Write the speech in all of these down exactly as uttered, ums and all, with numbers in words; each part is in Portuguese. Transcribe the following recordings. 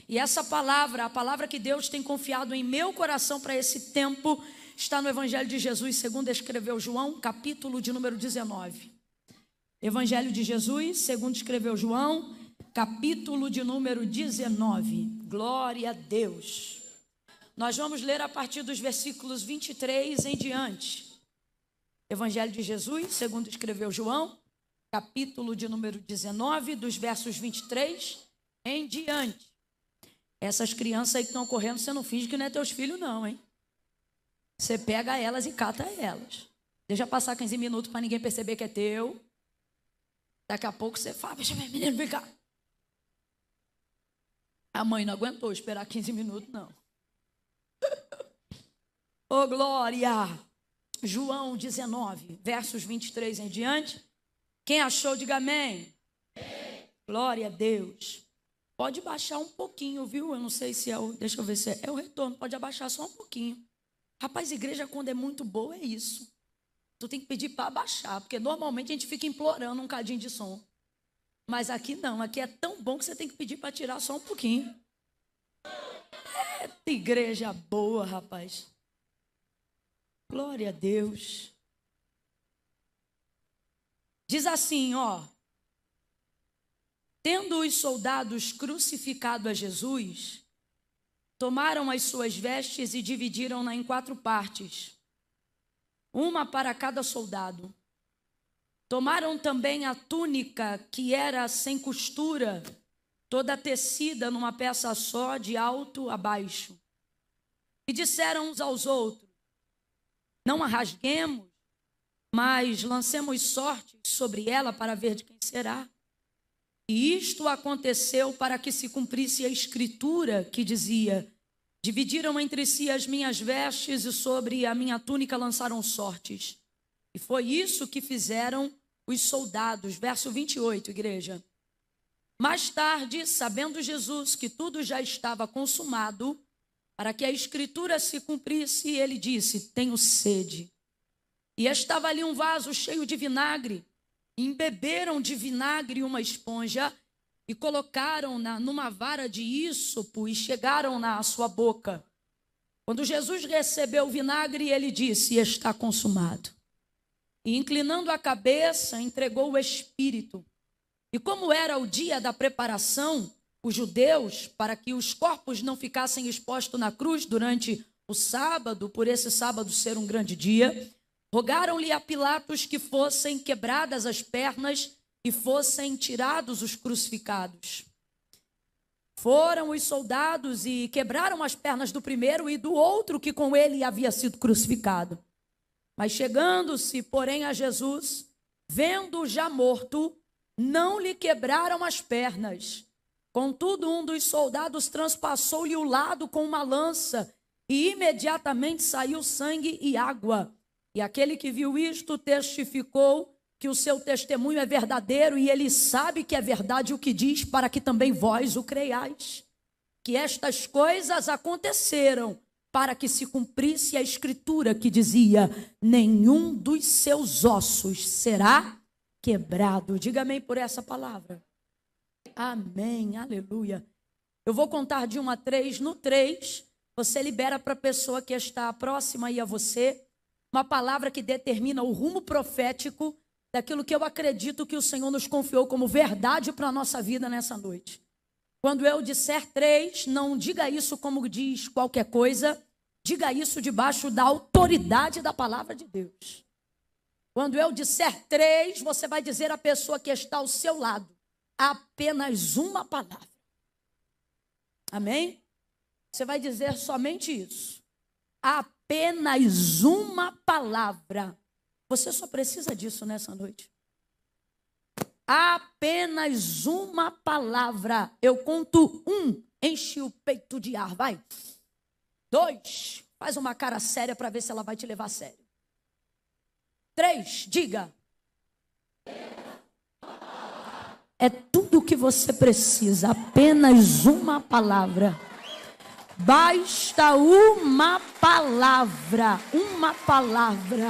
E essa palavra, a palavra que Deus tem confiado em meu coração para esse tempo, está no Evangelho de Jesus, segundo escreveu João, capítulo de número dezenove. Evangelho de Jesus, segundo escreveu João, capítulo de número dezenove. Glória a Deus. Nós vamos ler a partir dos versículos vinte e três em diante. Evangelho de Jesus, segundo escreveu João, capítulo de número dezenove, dos versos vinte e três em diante. Essas crianças aí que estão correndo, você não finge que não é teus filhos não, hein? Você pega elas e cata elas. Deixa passar quinze minutos para ninguém perceber que é teu. Daqui a pouco você fala, deixa eu ver, menino, vem cá. A mãe não aguentou esperar quinze minutos, não. Ô, oh, glória! João dezenove, versos vinte e três em diante. Quem achou, diga amém. Amém. Glória a Deus. Pode baixar um pouquinho, viu? Eu não sei se é o... Deixa eu ver se é, é o retorno. Pode abaixar só um pouquinho. Rapaz, igreja quando é muito boa é isso. Tu tem que pedir para abaixar, porque normalmente a gente fica implorando um cadinho de som. Mas aqui não, aqui é tão bom que você tem que pedir para tirar só um pouquinho. É igreja boa, rapaz. Glória a Deus. Diz assim, ó. Tendo os soldados crucificado a Jesus, tomaram as suas vestes e dividiram-na em quatro partes, uma para cada soldado. Tomaram também a túnica, que era sem costura, toda tecida numa peça só, de alto a baixo. E disseram uns aos outros, não a rasguemos, mas lancemos sorte sobre ela para ver de quem será. E isto aconteceu para que se cumprisse a escritura que dizia, dividiram entre si as minhas vestes e sobre a minha túnica lançaram sortes. E foi isso que fizeram os soldados. Verso vinte e oito, igreja. Mais tarde, sabendo Jesus que tudo já estava consumado, para que a escritura se cumprisse, ele disse, tenho sede. E estava ali um vaso cheio de vinagre. E embeberam de vinagre uma esponja e colocaram-na numa vara de ísopo e chegaram-na à sua boca. Quando Jesus recebeu o vinagre, ele disse, está consumado. E inclinando a cabeça, entregou o espírito. E como era o dia da preparação, os judeus, para que os corpos não ficassem expostos na cruz durante o sábado, por esse sábado ser um grande dia, rogaram-lhe a Pilatos que fossem quebradas as pernas e fossem tirados os crucificados. Foram os soldados e quebraram as pernas do primeiro e do outro que com ele havia sido crucificado. Mas chegando-se, porém, a Jesus, vendo-o já morto, não lhe quebraram as pernas. Contudo, um dos soldados transpassou-lhe o lado com uma lança e imediatamente saiu sangue e água. E aquele que viu isto testificou que o seu testemunho é verdadeiro e ele sabe que é verdade o que diz, para que também vós o creiais. Que estas coisas aconteceram para que se cumprisse a escritura que dizia, nenhum dos seus ossos será quebrado. Diga amém por essa palavra. Amém, aleluia. Eu vou contar de um a três. No três, você libera para a pessoa que está próxima aí a você, uma palavra que determina o rumo profético daquilo que eu acredito que o Senhor nos confiou como verdade para a nossa vida nessa noite. Quando eu disser três, não diga isso como diz qualquer coisa, diga isso debaixo da autoridade da palavra de Deus. Quando eu disser três, você vai dizer à pessoa que está ao seu lado, apenas uma palavra. Amém? Você vai dizer somente isso. Apenas Apenas uma palavra. Você só precisa disso nessa noite. Apenas uma palavra. Eu conto um, enche o peito de ar, vai. Dois, faz uma cara séria para ver se ela vai te levar a sério. Três, diga. É tudo o que você precisa, apenas uma palavra. Basta uma palavra, uma palavra,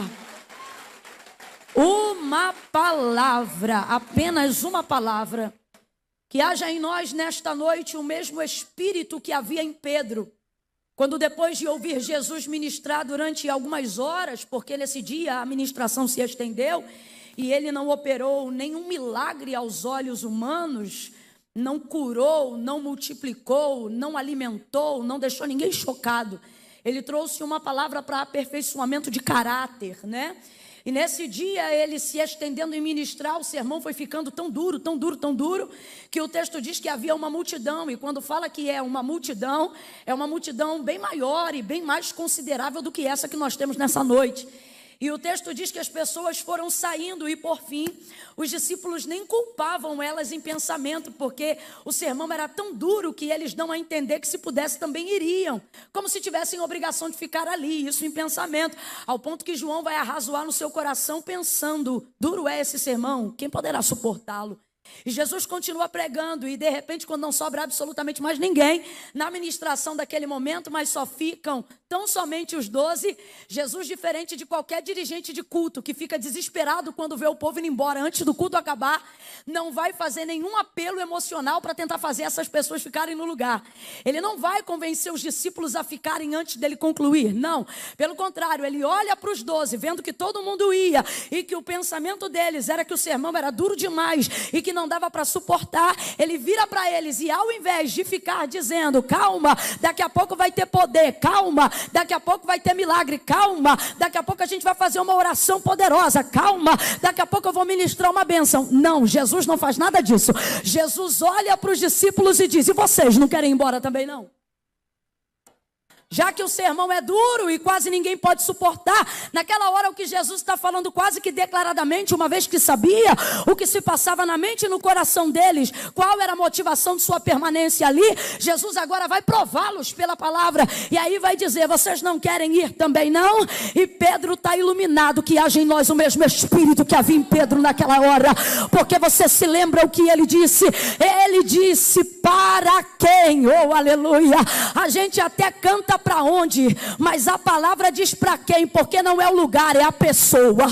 uma palavra, apenas uma palavra. Que haja em nós nesta noite o mesmo espírito que havia em Pedro, quando depois de ouvir Jesus ministrar durante algumas horas, porque nesse dia a ministração se estendeu e ele não operou nenhum milagre aos olhos humanos, não curou, não multiplicou, não alimentou, não deixou ninguém chocado. Ele trouxe uma palavra para aperfeiçoamento de caráter, né? E nesse dia, ele se estendendo em ministrar, o sermão foi ficando tão duro, tão duro, tão duro, que o texto diz que havia uma multidão. E quando fala que é uma multidão, é uma multidão bem maior e bem mais considerável do que essa que nós temos nessa noite. E o texto diz que as pessoas foram saindo e, por fim, os discípulos nem culpavam elas em pensamento, porque o sermão era tão duro que eles dão a entender que, se pudesse, também iriam, como se tivessem obrigação de ficar ali, isso em pensamento, ao ponto que João vai arrazoar no seu coração pensando: duro é esse sermão, quem poderá suportá-lo? E Jesus continua pregando e de repente, quando não sobra absolutamente mais ninguém na ministração daquele momento, mas só ficam tão somente os doze, Jesus, diferente de qualquer dirigente de culto que fica desesperado quando vê o povo indo embora antes do culto acabar, não vai fazer nenhum apelo emocional para tentar fazer essas pessoas ficarem no lugar. Ele não vai convencer os discípulos a ficarem antes dele concluir, não. Pelo contrário, ele olha para os doze, vendo que todo mundo ia e que o pensamento deles era que o sermão era duro demais e que não dava para suportar. Ele vira para eles e, ao invés de ficar dizendo: calma, daqui a pouco vai ter poder, calma, daqui a pouco vai ter milagre, calma, daqui a pouco a gente vai fazer uma oração poderosa, calma, daqui a pouco eu vou ministrar uma bênção. Não, Jesus não faz nada disso. Jesus olha para os discípulos e diz: e vocês não querem ir embora também não? Já que o sermão é duro e quase ninguém pode suportar, naquela hora o que Jesus está falando quase que declaradamente, uma vez que sabia o que se passava na mente e no coração deles, qual era a motivação de sua permanência ali, Jesus agora vai prová-los pela palavra, e aí vai dizer: vocês não querem ir também não? E Pedro está iluminado, que haja em nós o mesmo Espírito que havia em Pedro naquela hora, porque você se lembra o que ele disse? Ele disse: para quem? Oh, aleluia! A gente até canta para onde, mas a palavra diz para quem, porque não é o lugar, é a pessoa.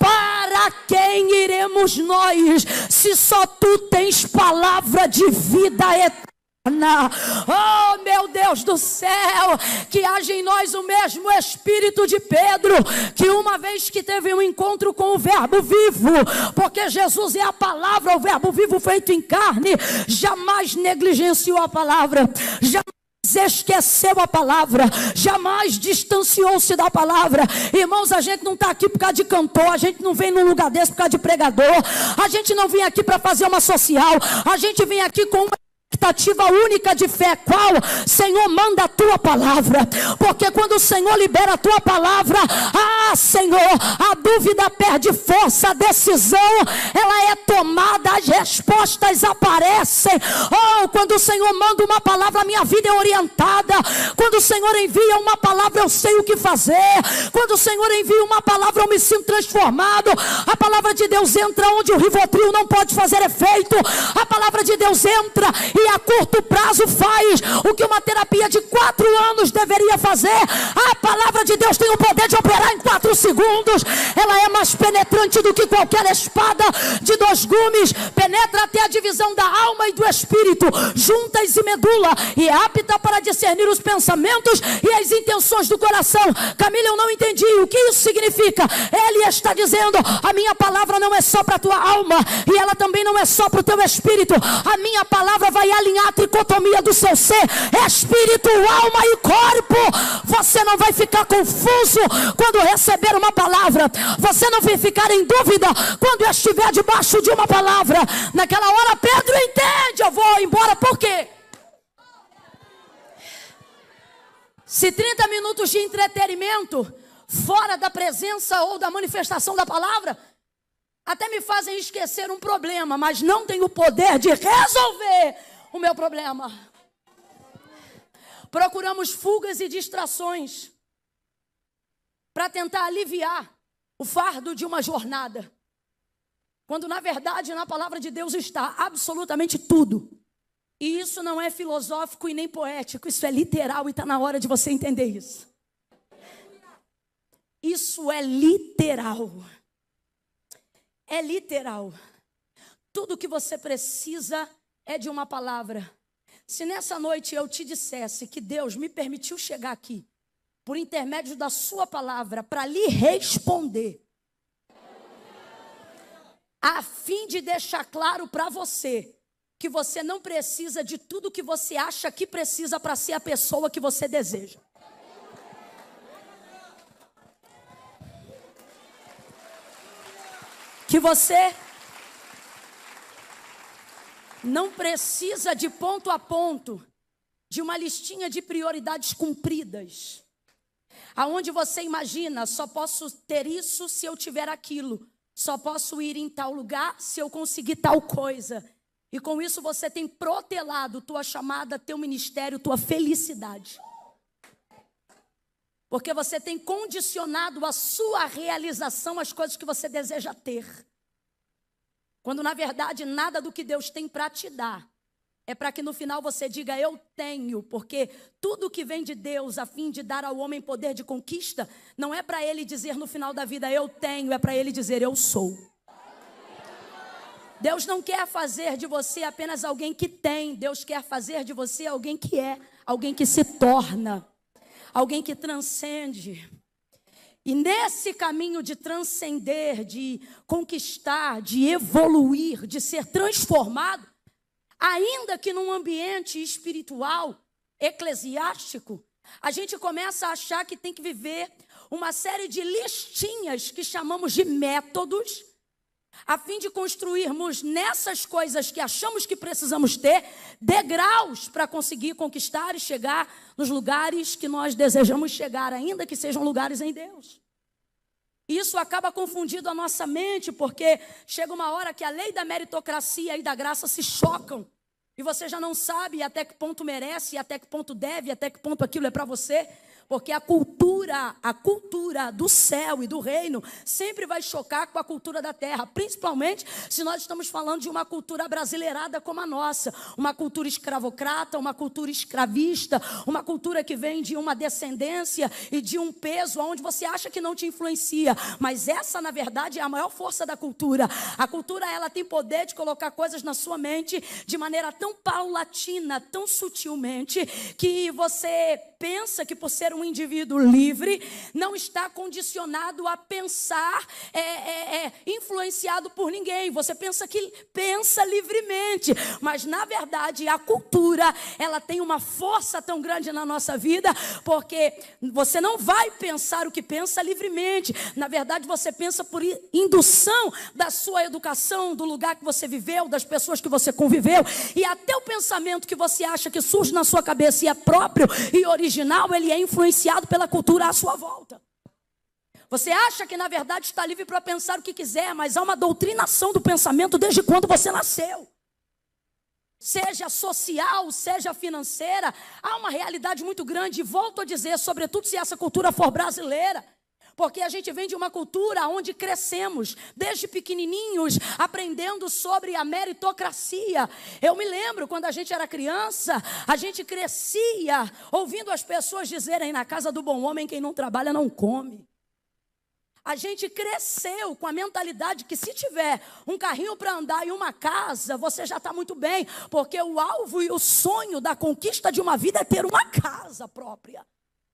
Para quem iremos nós, se só tu tens palavra de vida eterna? Oh, meu Deus do céu, que haja em nós o mesmo espírito de Pedro, que uma vez que teve um encontro com o verbo vivo, porque Jesus é a palavra, o verbo vivo feito em carne, jamais negligenciou a palavra, jamais esqueceu a palavra, jamais distanciou-se da palavra. Irmãos, a gente não está aqui por causa de cantor, a gente não vem num lugar desse por causa de pregador, a gente não vem aqui para fazer uma social, a gente vem aqui com uma expectativa única de fé. Qual? Senhor, manda a tua palavra, porque quando o Senhor libera a tua palavra, ah, Senhor, a dúvida perde força, a decisão ela é tomada, as respostas aparecem. Oh, quando o Senhor manda uma palavra, a minha vida é orientada. Quando o Senhor envia uma palavra, eu sei o que fazer. Quando o Senhor envia uma palavra, eu me sinto transformado. A palavra de Deus entra onde o Rivotril não pode fazer efeito. A palavra de Deus entra e a curto prazo faz o que uma terapia de quatro anos deveria fazer. A palavra de Deus tem o poder de operar em quatro segundos. Ela é mais penetrante do que qualquer espada de dois gumes, penetra até a divisão da alma e do espírito, juntas e medula, e é apta para discernir os pensamentos e as intenções do coração. Camila, eu não entendi o que isso significa. Ele está dizendo: a minha palavra não é só para a tua alma, e ela também não é só para o teu espírito. A minha palavra vai alinhar a tricotomia do seu ser, espírito, alma e corpo. Você não vai ficar confuso quando receber uma palavra, você não vai ficar em dúvida quando estiver debaixo de uma palavra. Naquela hora Pedro entende: eu vou embora. Por quê? Se trinta minutos de entretenimento fora da presença ou da manifestação da palavra até me fazem esquecer um problema, mas não tem o poder de resolver o meu problema. Procuramos fugas e distrações para tentar aliviar o fardo de uma jornada, quando na verdade na palavra de Deus está absolutamente tudo. E isso não é filosófico e nem poético, isso é literal, e está na hora de você entender isso. Isso é literal. É literal. Tudo que você precisa é de uma palavra. Se nessa noite eu te dissesse que Deus me permitiu chegar aqui, por intermédio da sua palavra, para lhe responder, a fim de deixar claro para você que você não precisa de tudo que você acha que precisa para ser a pessoa que você deseja. Que você não precisa de ponto a ponto de uma listinha de prioridades cumpridas, aonde você imagina, só posso ter isso se eu tiver aquilo, só posso ir em tal lugar se eu conseguir tal coisa. E com isso você tem protelado tua chamada, teu ministério, tua felicidade. Porque você tem condicionado a sua realização às coisas que você deseja ter. Quando na verdade nada do que Deus tem para te dar é para que no final você diga eu tenho. Porque tudo que vem de Deus a fim de dar ao homem poder de conquista, não é para ele dizer no final da vida eu tenho, é para ele dizer eu sou. Deus não quer fazer de você apenas alguém que tem. Deus quer fazer de você alguém que é, alguém que se torna, alguém que transcende. E nesse caminho de transcender, de conquistar, de evoluir, de ser transformado, ainda que num ambiente espiritual, eclesiástico, a gente começa a achar que tem que viver uma série de listinhas que chamamos de métodos, a fim de construirmos nessas coisas que achamos que precisamos ter, degraus para conseguir conquistar e chegar nos lugares que nós desejamos chegar, ainda que sejam lugares em Deus. Isso acaba confundindo a nossa mente, porque chega uma hora que a lei da meritocracia e da graça se chocam, e você já não sabe até que ponto merece, até que ponto deve, até que ponto aquilo é para você. Porque a cultura, a cultura do céu e do reino sempre vai chocar com a cultura da terra, principalmente se nós estamos falando de uma cultura brasileirada como a nossa, uma cultura escravocrata, uma cultura escravista, uma cultura que vem de uma descendência e de um peso onde você acha que não te influencia, mas essa na verdade é a maior força da cultura. A cultura ela tem poder de colocar coisas na sua mente de maneira tão paulatina, tão sutilmente, que você pensa que por ser um um indivíduo livre, não está condicionado a pensar, é, é, é, influenciado por ninguém. Você pensa que pensa livremente, mas na verdade a cultura, ela tem uma força tão grande na nossa vida, porque você não vai pensar o que pensa livremente. Na verdade você pensa por indução da sua educação, do lugar que você viveu, das pessoas que você conviveu, e até o pensamento que você acha que surge na sua cabeça e é próprio e original, ele é influenciado pela cultura à sua volta. Você acha que na verdade está livre para pensar o que quiser, mas há uma doutrinação do pensamento desde quando você nasceu. Seja social, seja financeira, há uma realidade muito grande, e volto a dizer, sobretudo se essa cultura for brasileira, porque a gente vem de uma cultura onde crescemos, desde pequenininhos, aprendendo sobre a meritocracia. Eu me lembro, quando a gente era criança, a gente crescia ouvindo as pessoas dizerem, na casa do bom homem, quem não trabalha não come. A gente cresceu com a mentalidade que se tiver um carrinho para andar e uma casa, você já está muito bem, porque o alvo e o sonho da conquista de uma vida é ter uma casa própria.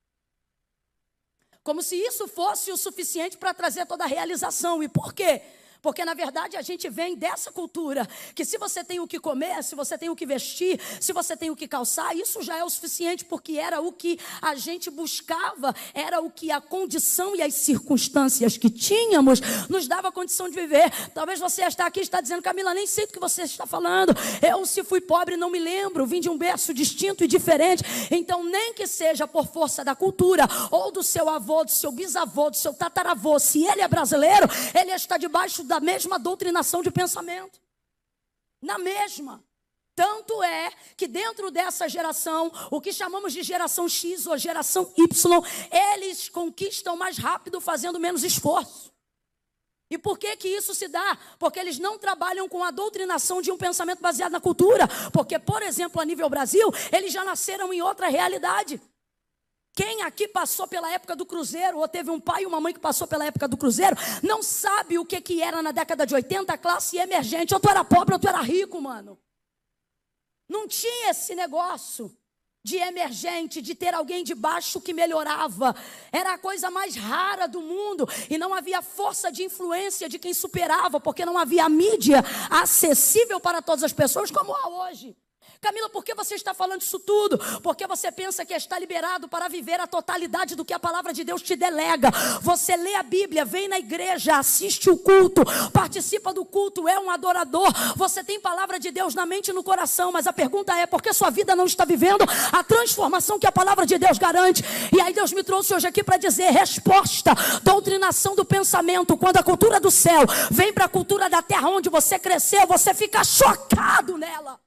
Como se isso fosse o suficiente para trazer toda a realização. E por quê? Porque na verdade a gente vem dessa cultura, que se você tem o que comer, se você tem o que vestir, se você tem o que calçar, isso já é o suficiente, porque era o que a gente buscava, era o que a condição e as circunstâncias que tínhamos nos dava a condição de viver. Talvez você está aqui e está dizendo, Camila, nem sei do que você está falando, eu se fui pobre não me lembro, vim de um berço distinto e diferente. Então nem que seja por força da cultura, ou do seu avô, do seu bisavô, do seu tataravô, se ele é brasileiro, ele está debaixo da mesma doutrinação de pensamento. Na mesma. Tanto é que dentro dessa geração, o que chamamos de geração X ou geração Y, eles conquistam mais rápido fazendo menos esforço. E por que que isso se dá? Porque eles não trabalham com a doutrinação de um pensamento baseado na cultura. Porque, por exemplo, a nível Brasil, eles já nasceram em outra realidade. Quem aqui passou pela época do Cruzeiro, ou teve um pai e uma mãe que passou pela época do Cruzeiro, não sabe o que, que era na década de oitenta, a classe emergente. Ou tu era pobre ou tu era rico, mano. Não tinha esse negócio de emergente, de ter alguém de baixo que melhorava. Era a coisa mais rara do mundo. E não havia força de influência de quem superava, porque não havia mídia acessível para todas as pessoas como há hoje. Camila, por que você está falando isso tudo? Porque você pensa que está liberado para viver a totalidade do que a palavra de Deus te delega. Você lê a Bíblia, vem na igreja, assiste o culto, participa do culto, é um adorador. Você tem palavra de Deus na mente e no coração, mas a pergunta é, por que sua vida não está vivendo a transformação que a palavra de Deus garante? E aí Deus me trouxe hoje aqui para dizer, resposta, doutrinação do pensamento. Quando a cultura do céu vem para a cultura da terra onde você cresceu, você fica chocado nela.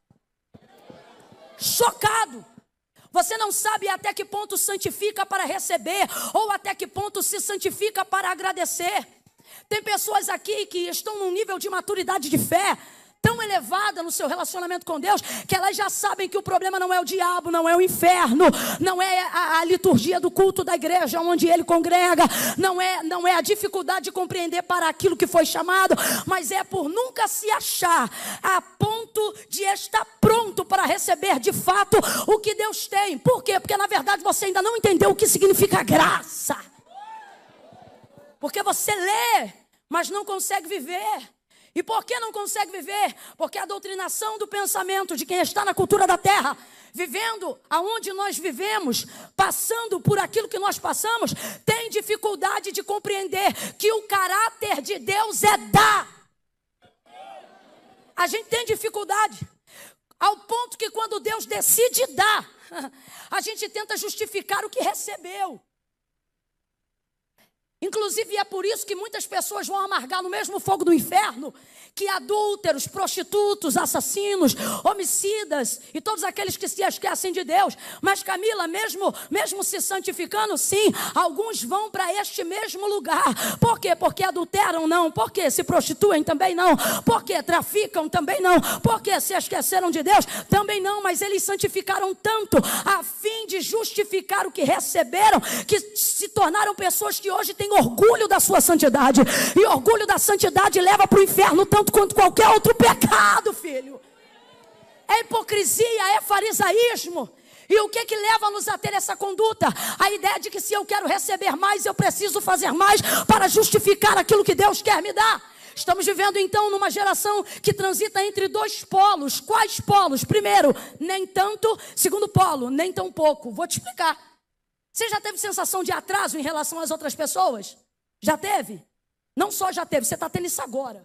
Chocado. Você não sabe até que ponto santifica para receber, ou até que ponto se santifica para agradecer. Tem pessoas aqui que estão num nível de maturidade de fé tão elevada no seu relacionamento com Deus, que elas já sabem que o problema não é o diabo, não é o inferno, não é a, a liturgia do culto da igreja onde ele congrega, não é, não é a dificuldade de compreender para aquilo que foi chamado, mas é por nunca se achar a ponto de estar pronto para receber de fato o que Deus tem. Por quê? Porque na verdade você ainda não entendeu o que significa graça. Porque você lê, mas não consegue viver. E por que não consegue viver? Porque a doutrinação do pensamento de quem está na cultura da terra, vivendo aonde nós vivemos, passando por aquilo que nós passamos, tem dificuldade de compreender que o caráter de Deus é dar. A gente tem dificuldade, ao ponto que quando Deus decide dar, a gente tenta justificar o que recebeu. Inclusive é por isso que muitas pessoas vão amargar no mesmo fogo do inferno que adúlteros, prostitutos, assassinos, homicidas e todos aqueles que se esquecem de Deus. Mas Camila, mesmo, mesmo se santificando, sim, alguns vão para este mesmo lugar. Por quê? Porque adulteram? Não. Por quê? Se prostituem? Também não. Por quê? Traficam? Também não. Por quê? Se esqueceram de Deus? Também não. Mas eles santificaram tanto a fim de justificar o que receberam, que se tornaram pessoas que hoje têm orgulho da sua santidade. E orgulho da santidade leva para o inferno tanto quanto qualquer outro pecado, filho. É hipocrisia, é farisaísmo. E o que que leva-nos a ter essa conduta? A ideia de que se eu quero receber mais, eu preciso fazer mais para justificar aquilo que Deus quer me dar. Estamos vivendo então numa geração que transita entre dois polos. Quais polos? Primeiro, nem tanto. Segundo polo, nem tão pouco. Vou te explicar. Você já teve sensação de atraso em relação às outras pessoas? Já teve? Não só já teve, você está tendo isso agora.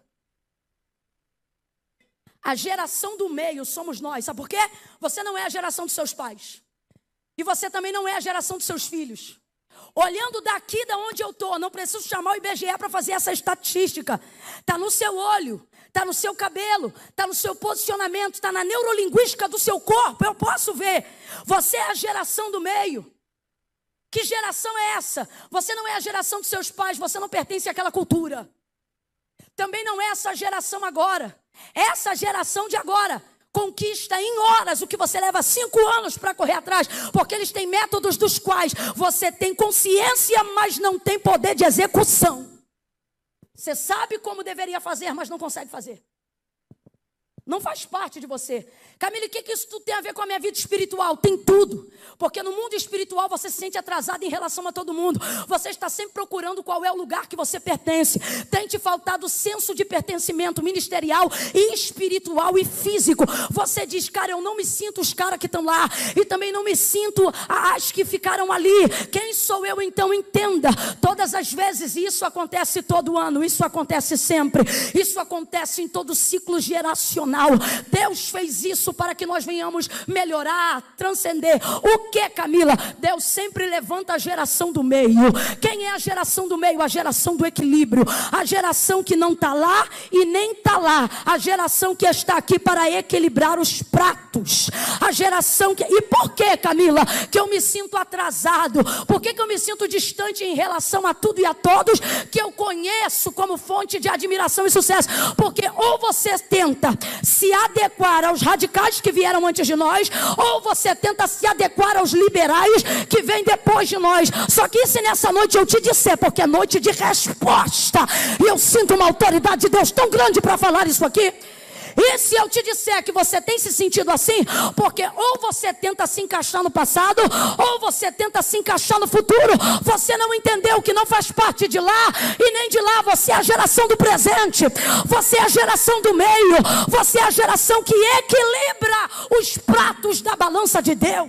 A geração do meio somos nós. Sabe por quê? Você não é a geração dos seus pais. E você também não é a geração dos seus filhos. Olhando daqui da onde eu estou, não preciso chamar o I B G E para fazer essa estatística. Está no seu olho, está no seu cabelo, está no seu posicionamento, está na neurolinguística do seu corpo. Eu posso ver. Você é a geração do meio. Que geração é essa? Você não é a geração dos seus pais, você não pertence àquela cultura. Também não é essa geração agora. Essa geração de agora conquista em horas o que você leva cinco anos para correr atrás, porque eles têm métodos dos quais você tem consciência, mas não tem poder de execução. Você sabe como deveria fazer, mas não consegue fazer. Não faz parte de você. Camila, o que, que isso tudo tem a ver com a minha vida espiritual? Tem tudo. Porque no mundo espiritual você se sente atrasado em relação a todo mundo. Você está sempre procurando qual é o lugar que você pertence. Tem te faltado senso de pertencimento ministerial e espiritual e físico. Você diz, cara, eu não me sinto os caras que estão lá. E também não me sinto as que ficaram ali. Quem sou eu então? Entenda. Todas as vezes, e isso acontece todo ano. Isso acontece sempre. Isso acontece em todo ciclo geracional. Deus fez isso para que nós venhamos melhorar, transcender. O que, Camila? Deus sempre levanta a geração do meio. Quem é a geração do meio? A geração do equilíbrio. A geração que não está lá e nem está lá. A geração que está aqui para equilibrar os pratos. A geração que... E por que, Camila, que eu me sinto atrasado? Por que, que eu me sinto distante em relação a tudo e a todos que eu conheço como fonte de admiração e sucesso? Porque ou você tenta se adequar aos radicais que vieram antes de nós, ou você tenta se adequar aos liberais que vêm depois de nós. Só que se nessa noite eu te disser, porque é noite de resposta, e eu sinto uma autoridade de Deus tão grande para falar isso aqui, E se eu te disser que você tem se sentido assim, porque ou você tenta se encaixar no passado, ou você tenta se encaixar no futuro, você não entendeu que não faz parte de lá e nem de lá. Você é a geração do presente, você é a geração do meio, você é a geração que equilibra os pratos da balança de Deus.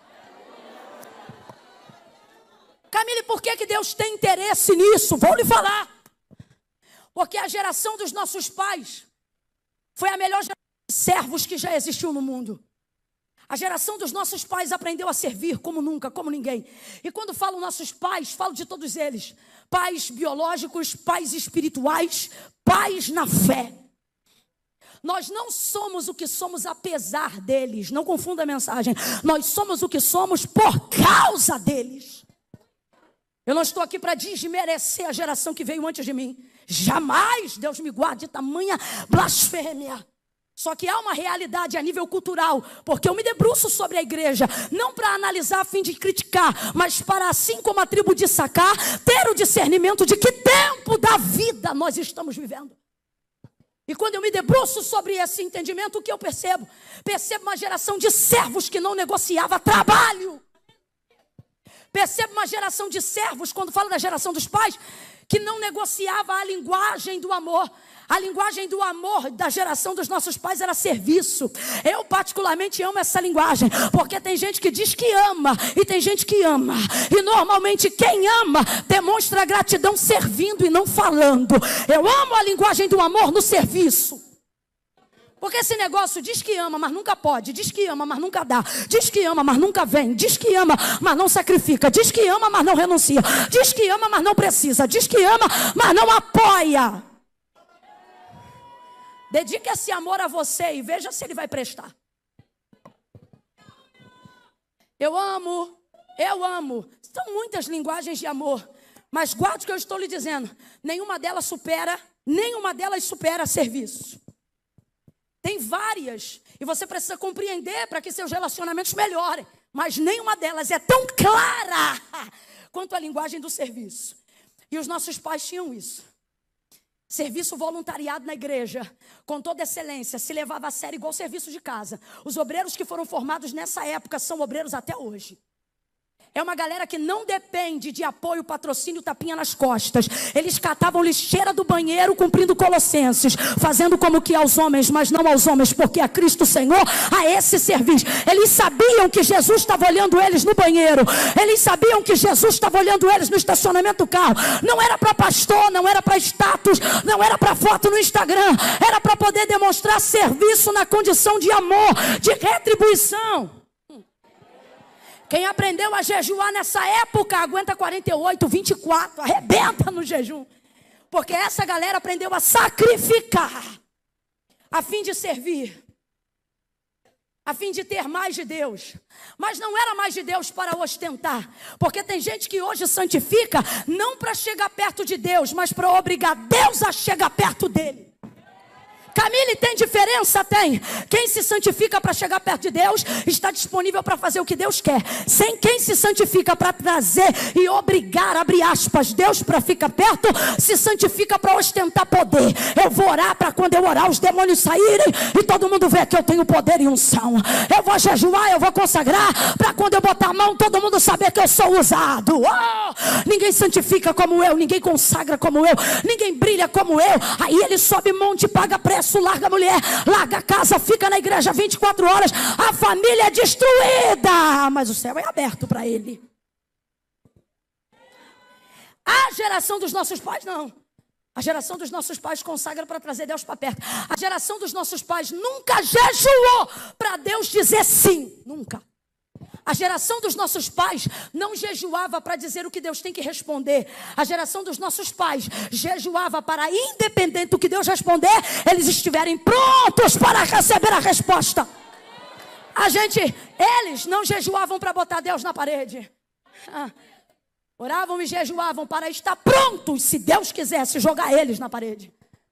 Camille, por que que Deus tem interesse nisso? Vou lhe falar. Porque a geração dos nossos pais foi a melhor geração de servos que já existiu no mundo. A geração dos nossos pais aprendeu a servir como nunca, como ninguém. E quando falo nossos pais, falo de todos eles. Pais biológicos, pais espirituais, pais na fé. Nós não somos o que somos apesar deles. Não confunda a mensagem. Nós somos o que somos por causa deles. Eu não estou aqui para desmerecer a geração que veio antes de mim. Jamais, Deus me guarde de tamanha blasfêmia. Só que há uma realidade a nível cultural, porque eu me debruço sobre a igreja, não para analisar a fim de criticar, mas para, assim como a tribo de Sacar, ter o discernimento de que tempo da vida nós estamos vivendo. E quando eu me debruço sobre esse entendimento, o que eu percebo? Percebo uma geração de servos que não negociava trabalho. Percebo uma geração de servos, quando falo da geração dos pais, que não negociava a linguagem do amor. A linguagem do amor da geração dos nossos pais era serviço. Eu particularmente amo essa linguagem, porque tem gente que diz que ama e tem gente que ama. E normalmente quem ama demonstra gratidão servindo e não falando. Eu amo a linguagem do amor no serviço. Porque esse negócio diz que ama, mas nunca pode. Diz que ama, mas nunca dá. Diz que ama, mas nunca vem. Diz que ama, mas não sacrifica. Diz que ama, mas não renuncia. Diz que ama, mas não precisa. Diz que ama, mas não apoia. Dedique esse amor a você e veja se ele vai prestar. Eu amo, eu amo. São muitas linguagens de amor. Mas guarde o que eu estou lhe dizendo. Nenhuma delas supera, nenhuma delas supera serviço. Tem várias, e você precisa compreender para que seus relacionamentos melhorem. Mas nenhuma delas é tão clara quanto a linguagem do serviço. E os nossos pais tinham isso. Serviço voluntariado na igreja, com toda excelência, se levava a sério igual serviço de casa. Os obreiros que foram formados nessa época são obreiros até hoje. É uma galera que não depende de apoio, patrocínio, tapinha nas costas. Eles catavam lixeira do banheiro cumprindo Colossenses, fazendo como que aos homens, mas não aos homens, porque a Cristo Senhor, a esse serviço. Eles sabiam que Jesus estava olhando eles no banheiro. Eles sabiam que Jesus estava olhando eles no estacionamento do carro. Não era para pastor, não era para status, não era para foto no Instagram. Era para poder demonstrar serviço na condição de amor, de retribuição. Quem aprendeu a jejuar nessa época, aguenta quarenta e oito, vinte e quatro, arrebenta no jejum. Porque essa galera aprendeu a sacrificar, a fim de servir, a fim de ter mais de Deus. Mas não era mais de Deus para ostentar. Porque tem gente que hoje santifica, não para chegar perto de Deus, mas para obrigar Deus a chegar perto dele. Camille, tem diferença? Tem. Quem se santifica para chegar perto de Deus está disponível para fazer o que Deus quer. Sem quem se santifica para trazer e obrigar, abre aspas, Deus para ficar perto, se santifica para ostentar poder. Eu vou orar para quando eu orar os demônios saírem e todo mundo ver que eu tenho poder e unção. Eu vou jejuar, eu vou consagrar para quando eu botar a mão todo mundo saber que eu sou usado. Oh! Ninguém santifica como eu, ninguém consagra como eu, ninguém brilha como eu. Aí ele sobe monte e paga preço. Larga a mulher, larga a casa, fica na igreja vinte e quatro horas, a família é destruída, mas o céu é aberto para ele. A geração dos nossos pais não. A geração dos nossos pais consagra para trazer Deus para perto. A geração dos nossos pais nunca jejuou para Deus dizer sim, nunca. A geração dos nossos pais não jejuava para dizer o que Deus tem que responder. A geração dos nossos pais jejuava para, independente do que Deus responder, eles estiverem prontos para receber a resposta. A gente, eles não jejuavam para botar Deus na parede. Ah, oravam e jejuavam para estar prontos, se Deus quisesse jogar eles na parede.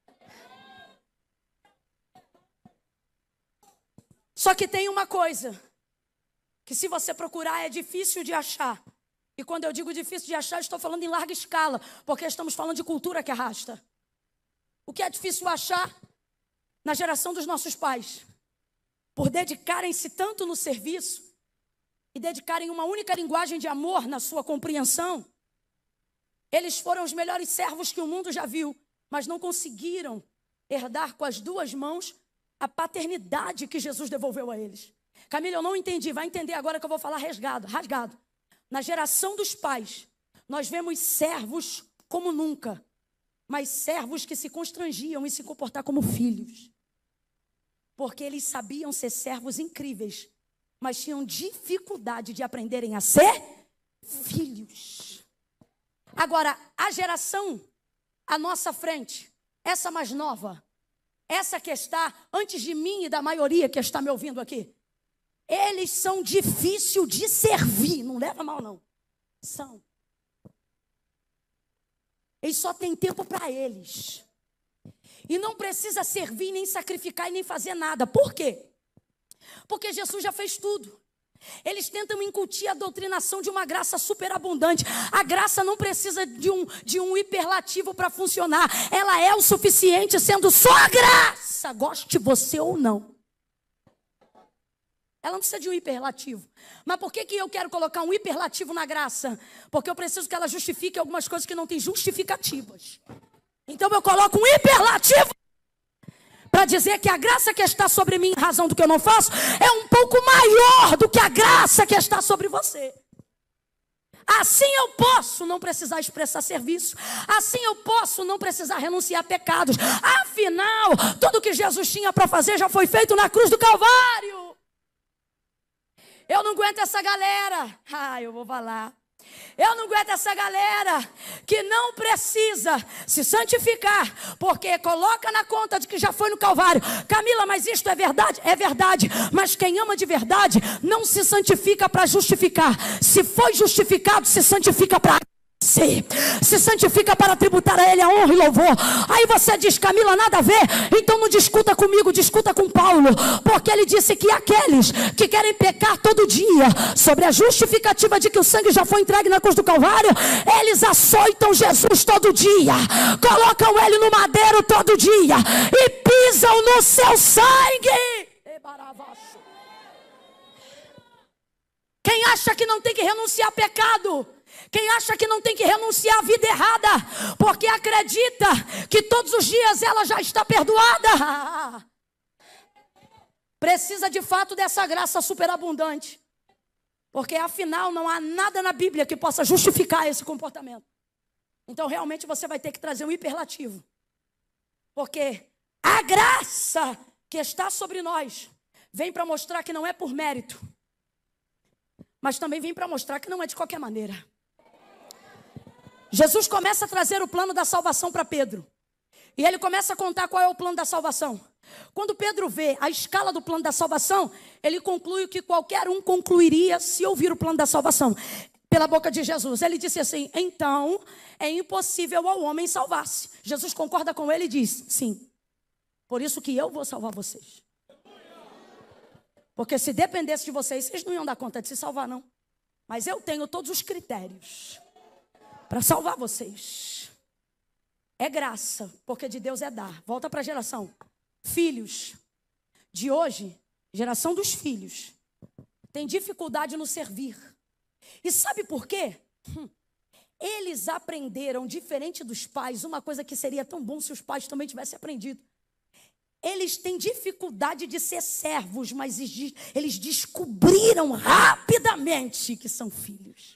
Só que tem uma coisa que se você procurar é difícil de achar. E quando eu digo difícil de achar, estou falando em larga escala, porque estamos falando de cultura que arrasta. O que é difícil achar na geração dos nossos pais, por dedicarem-se tanto no serviço e dedicarem uma única linguagem de amor na sua compreensão, eles foram os melhores servos que o mundo já viu, mas não conseguiram herdar com as duas mãos a paternidade que Jesus devolveu a eles. Camila, eu não entendi, vai entender agora que eu vou falar rasgado, rasgado. Na geração dos pais, nós vemos servos como nunca, mas servos que se constrangiam em se comportar como filhos. Porque eles sabiam ser servos incríveis, mas tinham dificuldade de aprenderem a ser filhos. Agora, a geração à nossa frente, essa mais nova, essa que está antes de mim e da maioria que está me ouvindo aqui, eles são difíceis de servir, não leva mal não, são. Eles só têm tempo para eles. E não precisa servir, nem sacrificar e nem fazer nada. Por quê? Porque Jesus já fez tudo. Eles tentam incutir a doutrinação de uma graça superabundante. A graça não precisa de um, de um hiperlativo para funcionar. Ela é o suficiente, sendo só a graça, goste você ou não. Ela não precisa de um hiperlativo. Mas por que que eu quero colocar um hiperlativo na graça? Porque eu preciso que ela justifique algumas coisas que não têm justificativas. Então eu coloco um hiperlativo para dizer que a graça que está sobre mim, em razão do que eu não faço, é um pouco maior do que a graça que está sobre você. Assim eu posso não precisar expressar serviço. Assim eu posso não precisar renunciar a pecados. Afinal, tudo que Jesus tinha para fazer já foi feito na cruz do Calvário. Eu não aguento essa galera. Ah, eu vou falar. Eu não aguento essa galera que não precisa se santificar, porque coloca na conta de que já foi no Calvário. Camila, mas isto é verdade? É verdade, mas quem ama de verdade não se santifica para justificar. Se foi justificado, se santifica para se, se santifica para tributar a Ele a honra e louvor. Aí você diz, Camila, nada a ver. Então não discuta comigo, discuta com Paulo, porque ele disse que aqueles que querem pecar todo dia, sobre a justificativa de que o sangue já foi entregue na cruz do Calvário, eles açoitam Jesus todo dia, colocam Ele no madeiro todo dia e pisam no seu sangue. Quem acha que não tem que renunciar a pecado, quem acha que não tem que renunciar à vida errada, porque acredita que todos os dias ela já está perdoada, precisa de fato dessa graça superabundante. Porque afinal não há nada na Bíblia que possa justificar esse comportamento. Então realmente você vai ter que trazer um hiperlativo. Porque a graça que está sobre nós vem para mostrar que não é por mérito, mas também vem para mostrar que não é de qualquer maneira. Jesus começa a trazer o plano da salvação para Pedro. E ele começa a contar qual é o plano da salvação. Quando Pedro vê a escala do plano da salvação, ele conclui que qualquer um concluiria se ouvir o plano da salvação pela boca de Jesus. Ele disse assim, então é impossível ao homem salvar-se. Jesus concorda com ele e diz, sim, por isso que eu vou salvar vocês. Porque se dependesse de vocês, vocês não iam dar conta de se salvar, não. Mas eu tenho todos os critérios para salvar vocês. É graça, porque de Deus é dar. Volta para a geração. Filhos de hoje, geração dos filhos, tem dificuldade no servir. E sabe por quê? Hum. Eles aprenderam, diferente dos pais, uma coisa que seria tão bom se os pais também tivessem aprendido. Eles têm dificuldade de ser servos, mas eles descobriram rapidamente que são filhos.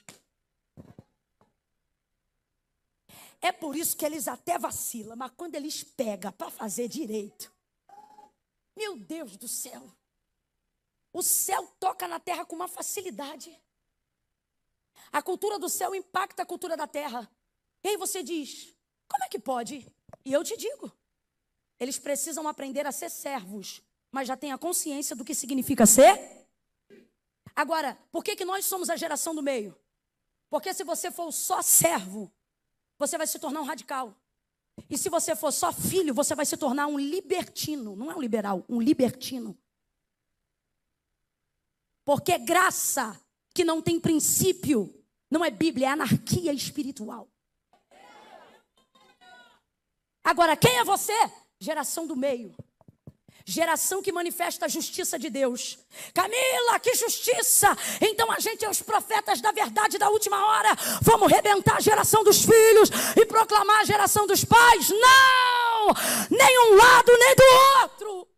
É por isso que eles até vacilam, mas quando eles pegam para fazer direito, meu Deus do céu, o céu toca na terra com uma facilidade. A cultura do céu impacta a cultura da terra. E aí você diz, como é que pode? E eu te digo, eles precisam aprender a ser servos, mas já têm a consciência do que significa ser. Agora, por que que nós somos a geração do meio? Porque se você for só servo, você vai se tornar um radical. E se você for só filho, você vai se tornar um libertino. Não é um liberal, um libertino. Porque graça que não tem princípio não é Bíblia, é anarquia espiritual. Agora, quem é você? Geração do meio. Geração que manifesta a justiça de Deus. Camila, que justiça! Então a gente é os profetas da verdade da última hora. Vamos rebentar a geração dos filhos e proclamar a geração dos pais? Não! Nem um lado, nem do outro.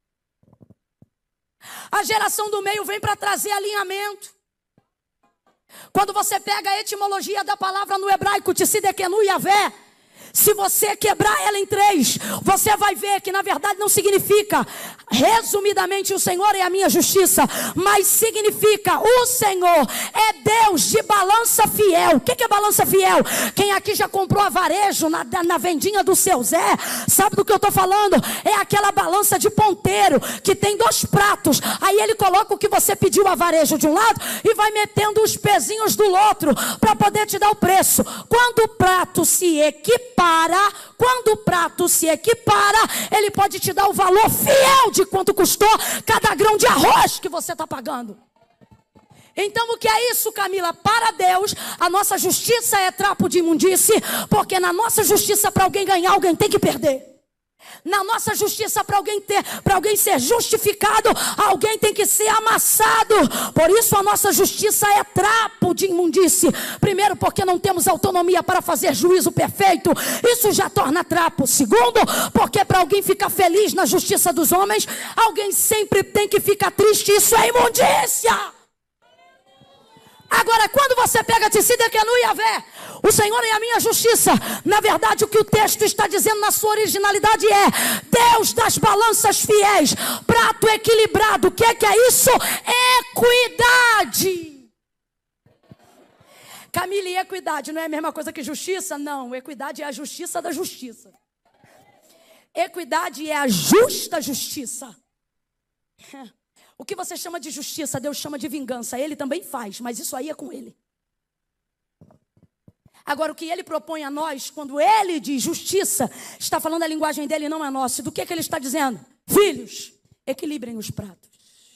A geração do meio vem para trazer alinhamento. Quando você pega a etimologia da palavra no hebraico, Tsidekenu Yavé, se você quebrar ela em três, você vai ver que na verdade não significa, resumidamente, o Senhor é a minha justiça, mas significa, o Senhor é Deus de balança fiel. O que é balança fiel? Quem aqui já comprou a varejo na, na vendinha do seu Zé, sabe do que eu estou falando? É aquela balança de ponteiro, que tem dois pratos, aí ele coloca o que você pediu a varejo de um lado, e vai metendo os pezinhos do outro, para poder te dar o preço. Quando o prato se equipara, quando o prato se equipara, ele pode te dar o valor fiel de quanto custou cada grão de arroz que você está pagando. Então o que é isso, Camila? Para Deus, a nossa justiça é trapo de imundície, porque na nossa justiça, para alguém ganhar, alguém tem que perder. Na nossa justiça, para alguém ter, para alguém ser justificado, alguém tem que ser amassado. Por isso a nossa justiça é trapo de imundície. Primeiro, porque não temos autonomia para fazer juízo perfeito, isso já torna trapo. Segundo, porque para alguém ficar feliz na justiça dos homens, alguém sempre tem que ficar triste, isso é imundícia. Agora, quando você pega Tsidekenu Yavé, o Senhor é a minha justiça, na verdade o que o texto está dizendo na sua originalidade é Deus das balanças fiéis, prato equilibrado. O que é que é isso? Equidade. Camila, e equidade não é a mesma coisa que justiça? Não, equidade é a justiça da justiça. Equidade é a justa justiça. O que você chama de justiça, Deus chama de vingança. Ele também faz, mas isso aí é com ele. Agora, o que ele propõe a nós, quando ele diz justiça, está falando a linguagem dele, não é nossa. Do que é que ele está dizendo? Filhos, equilibrem os pratos.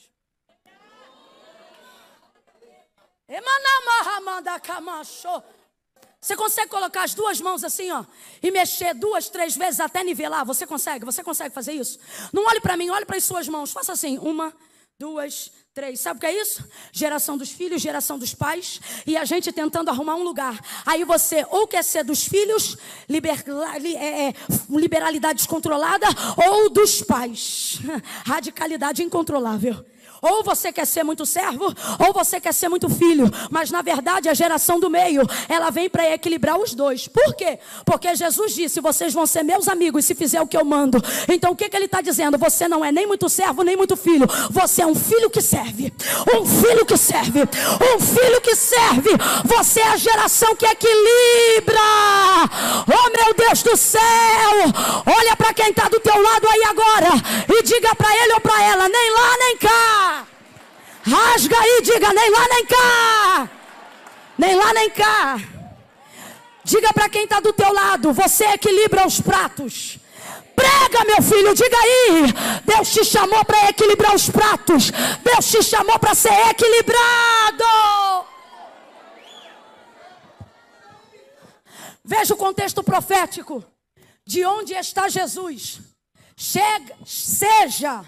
Você consegue colocar as duas mãos assim, ó, e mexer duas, três vezes até nivelar? Você consegue? Você consegue fazer isso? Não olhe para mim, olhe para as suas mãos. Faça assim, uma, duas, três. Sabe o que é isso? Geração dos filhos, geração dos pais, e a gente tentando arrumar um lugar. Aí você ou quer ser dos filhos, liber, é, é, liberalidade descontrolada, ou dos pais, radicalidade incontrolável. Ou você quer ser muito servo, ou você quer ser muito filho. Mas na verdade a geração do meio, ela vem para equilibrar os dois. Por quê? Porque Jesus disse, vocês vão ser meus amigos se fizer o que eu mando. Então o que, que ele está dizendo? Você não é nem muito servo, nem muito filho. Você é um filho que serve. Um filho que serve. Um filho que serve. Você é a geração que equilibra. Oh meu Deus do céu. Olha para quem está do teu lado aí agora e diga para ele ou para ela, nem lá nem cá. Rasga aí, diga, nem lá nem cá. Nem lá nem cá. Diga para quem está do teu lado, você equilibra os pratos. Prega, meu filho, diga aí. Deus te chamou para equilibrar os pratos. Deus te chamou para ser equilibrado. Veja o contexto profético. De onde está Jesus? Chega, seja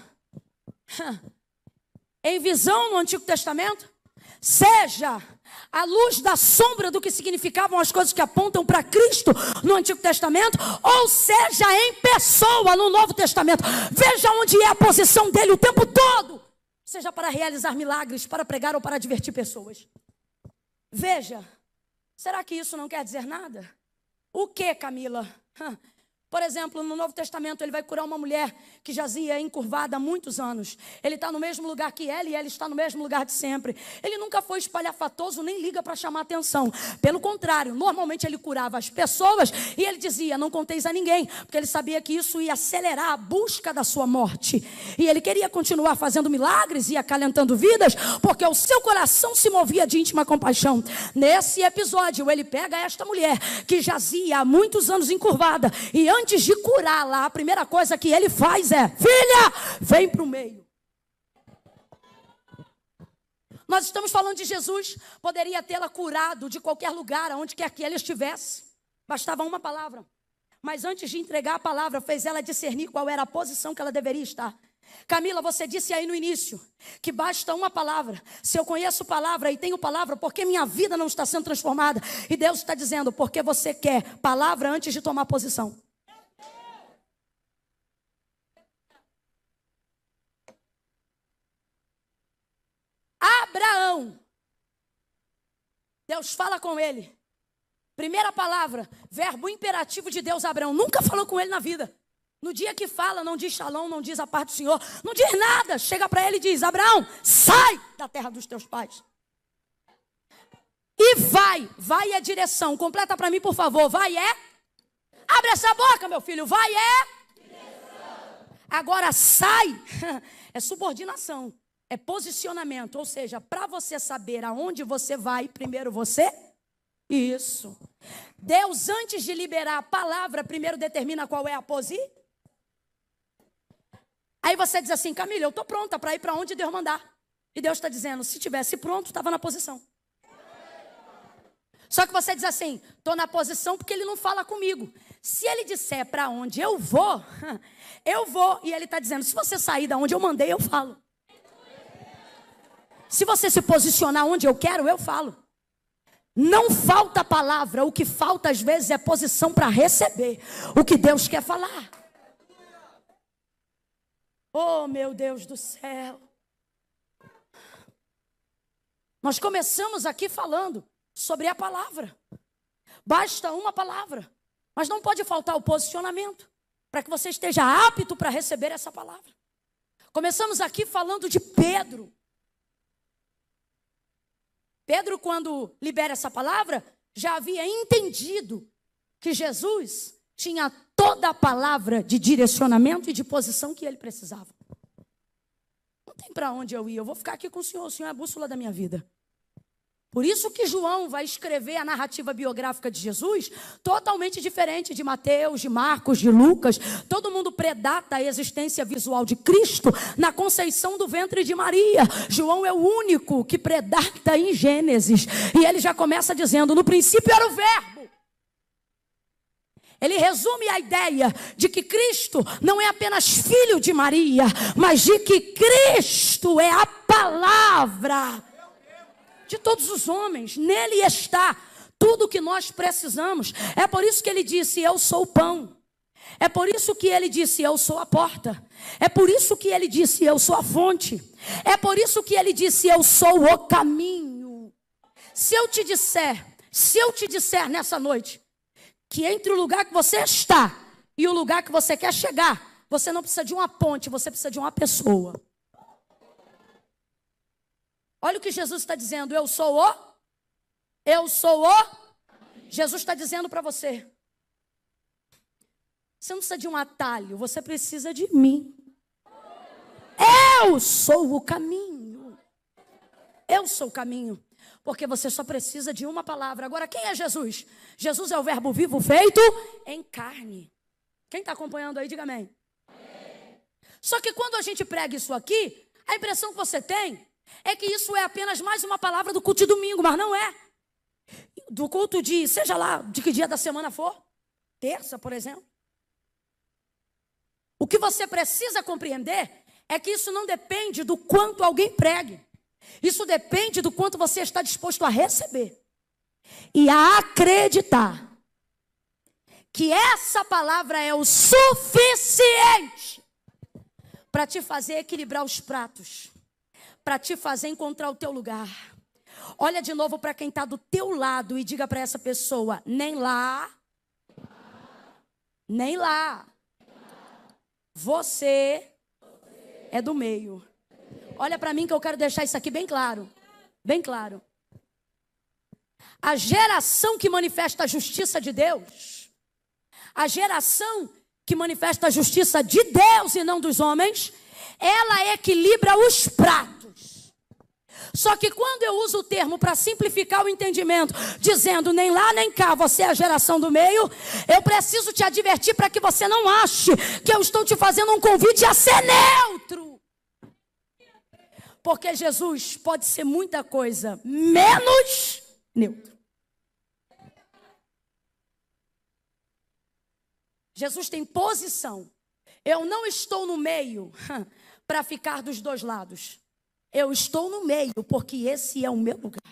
em visão no Antigo Testamento, seja a luz da sombra do que significavam as coisas que apontam para Cristo no Antigo Testamento, ou seja em pessoa no Novo Testamento. Veja onde é a posição dele o tempo todo, seja para realizar milagres, para pregar ou para divertir pessoas. Veja, será que isso não quer dizer nada? O que, Camila? Por exemplo, no Novo Testamento, ele vai curar uma mulher que jazia encurvada há muitos anos. Ele está no mesmo lugar que ela e ela está no mesmo lugar de sempre. Ele nunca foi espalhafatoso, nem liga para chamar atenção. Pelo contrário, normalmente ele curava as pessoas e ele dizia, não conteis a ninguém, porque ele sabia que isso ia acelerar a busca da sua morte. E ele queria continuar fazendo milagres e acalentando vidas, porque o seu coração se movia de íntima compaixão. Nesse episódio, ele pega esta mulher que jazia há muitos anos encurvada e antes Antes de curá-la, a primeira coisa que ele faz é, filha, vem para o meio. Nós estamos falando de Jesus, poderia tê-la curado de qualquer lugar, onde quer que ele estivesse. Bastava uma palavra. Mas antes de entregar a palavra, fez ela discernir qual era a posição que ela deveria estar. Camila, você disse aí no início que basta uma palavra. Se eu conheço palavra e tenho palavra, por que minha vida não está sendo transformada? E Deus está dizendo, porque você quer palavra antes de tomar posição. Abraão, Deus fala com ele. Primeira palavra, verbo imperativo de Deus a Abraão. Nunca falou com ele na vida. No dia que fala, não diz shalom, não diz a parte do Senhor, não diz nada. Chega para ele e diz, Abraão, sai da terra dos teus pais. E vai, vai é direção. Completa para mim, por favor. Vai é? Abre essa boca, meu filho. Vai é? Direção. Agora sai, é subordinação, é posicionamento. Ou seja, para você saber aonde você vai, primeiro você... Isso. Deus, antes de liberar a palavra, primeiro determina qual é a posição. Aí você diz assim, Camila, eu estou pronta para ir para onde Deus mandar. E Deus está dizendo, se tivesse pronto, estava na posição. Só que você diz assim, estou na posição porque Ele não fala comigo. Se Ele disser para onde eu vou, eu vou. E Ele está dizendo, se você sair da onde eu mandei, eu falo. Se você se posicionar onde eu quero, eu falo. Não falta palavra, o que falta às vezes é posição para receber o que Deus quer falar. Oh, meu Deus do céu. Nós começamos aqui falando sobre a palavra. Basta uma palavra, mas não pode faltar o posicionamento para que você esteja apto para receber essa palavra. Começamos aqui falando de Pedro. Pedro, quando libera essa palavra, já havia entendido que Jesus tinha toda a palavra de direcionamento e de posição que ele precisava. Não tem para onde eu ir, eu vou ficar aqui com o Senhor, o Senhor é a bússola da minha vida. Por isso que João vai escrever a narrativa biográfica de Jesus totalmente diferente de Mateus, de Marcos, de Lucas. Todo mundo predata a existência visual de Cristo na conceição do ventre de Maria. João é o único que predata em Gênesis. E ele já começa dizendo, no princípio era o verbo. Ele resume a ideia de que Cristo não é apenas filho de Maria, mas de que Cristo é a palavra de todos os homens. Nele está tudo o que nós precisamos. É por isso que ele disse, eu sou o pão. É por isso que ele disse, eu sou a porta. É por isso que ele disse, eu sou a fonte. É por isso que ele disse, eu sou o caminho. Se eu te disser, se eu te disser nessa noite, que entre o lugar que você está e o lugar que você quer chegar, você não precisa de uma ponte, você precisa de uma pessoa. Olha o que Jesus está dizendo, eu sou o, eu sou o, Jesus está dizendo para você, você não precisa de um atalho, você precisa de mim. Eu sou o caminho, eu sou o caminho, porque você só precisa de uma palavra. Agora, quem é Jesus? Jesus é o verbo vivo feito em carne. Quem está acompanhando aí, diga amém. Só que quando a gente prega isso aqui, a impressão que você tem é que isso é apenas mais uma palavra do culto de domingo, mas não é. Do culto de, seja lá, de que dia da semana for, terça, por exemplo. O que você precisa compreender é que isso não depende do quanto alguém pregue. Isso depende do quanto você está disposto a receber e a acreditar que essa palavra é o suficiente para te fazer equilibrar os pratos, para te fazer encontrar o teu lugar. Olha de novo para quem está do teu lado e diga para essa pessoa, nem lá, nem lá, você é do meio. Olha para mim que eu quero deixar isso aqui bem claro, bem claro. A geração que manifesta a justiça de Deus, a geração que manifesta a justiça de Deus e não dos homens, ela equilibra os pratos. Só que quando eu uso o termo para simplificar o entendimento, dizendo nem lá nem cá, você é a geração do meio, eu preciso te advertir para que você não ache que eu estou te fazendo um convite a ser neutro. Porque Jesus pode ser muita coisa, menos neutro. Jesus tem posição. Eu não estou no meio para ficar dos dois lados. Eu estou no meio, porque esse é o meu lugar.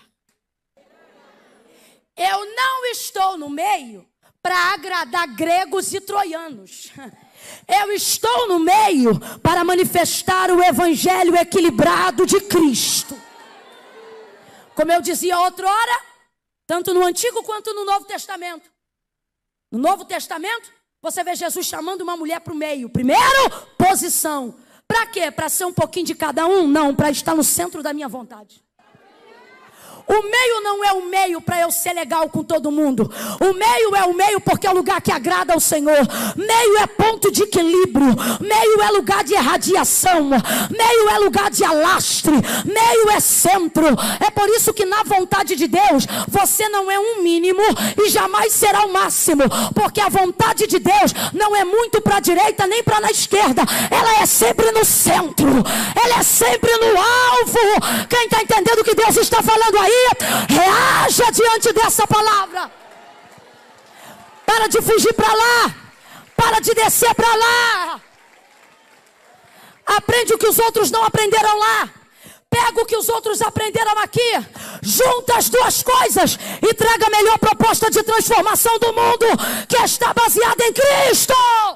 Eu não estou no meio para agradar gregos e troianos. Eu estou no meio para manifestar o evangelho equilibrado de Cristo. Como eu dizia outrora, tanto no Antigo quanto no Novo Testamento. No Novo Testamento, você vê Jesus chamando uma mulher para o meio. Primeiro, posição. Para quê? Para ser um pouquinho de cada um? Não, para estar no centro da minha vontade. O meio não é o meio para eu ser legal com todo mundo. O meio é o meio porque é o lugar que agrada ao Senhor. Meio é ponto de equilíbrio. Meio é lugar de irradiação. Meio é lugar de alastre. Meio é centro. É por isso que na vontade de Deus, você não é um mínimo e jamais será o máximo. Porque a vontade de Deus não é muito para a direita nem para a esquerda. Ela é sempre no centro. Ela é sempre no alvo. Quem está entendendo o que Deus está falando aí? Reaja diante dessa palavra. Para de fugir para lá. Para de descer para lá. Aprende o que os outros não aprenderam lá. Pega o que os outros aprenderam aqui. Junta as duas coisas e traga a melhor proposta de transformação do mundo, que está baseada em Cristo.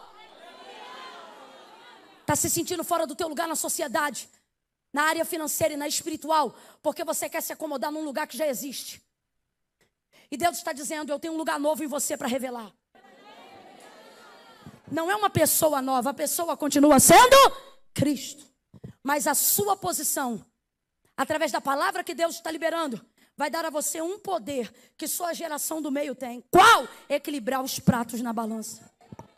Está se sentindo fora do teu lugar na sociedade, na área financeira e na espiritual, porque você quer se acomodar num lugar que já existe. E Deus está dizendo, eu tenho um lugar novo em você para revelar. Não é uma pessoa nova, a pessoa continua sendo Cristo. Mas a sua posição, através da palavra que Deus está liberando, vai dar a você um poder que só a geração do meio tem. Qual? Equilibrar os pratos na balança.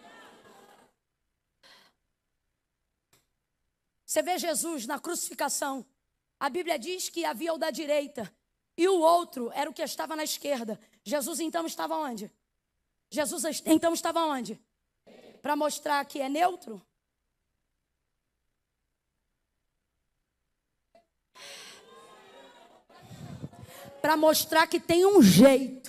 Você vê Jesus na crucificação. A Bíblia diz que havia o da direita e o outro era o que estava na esquerda. Jesus então estava onde? Jesus então estava onde? Para mostrar que é neutro. Para mostrar que tem um jeito.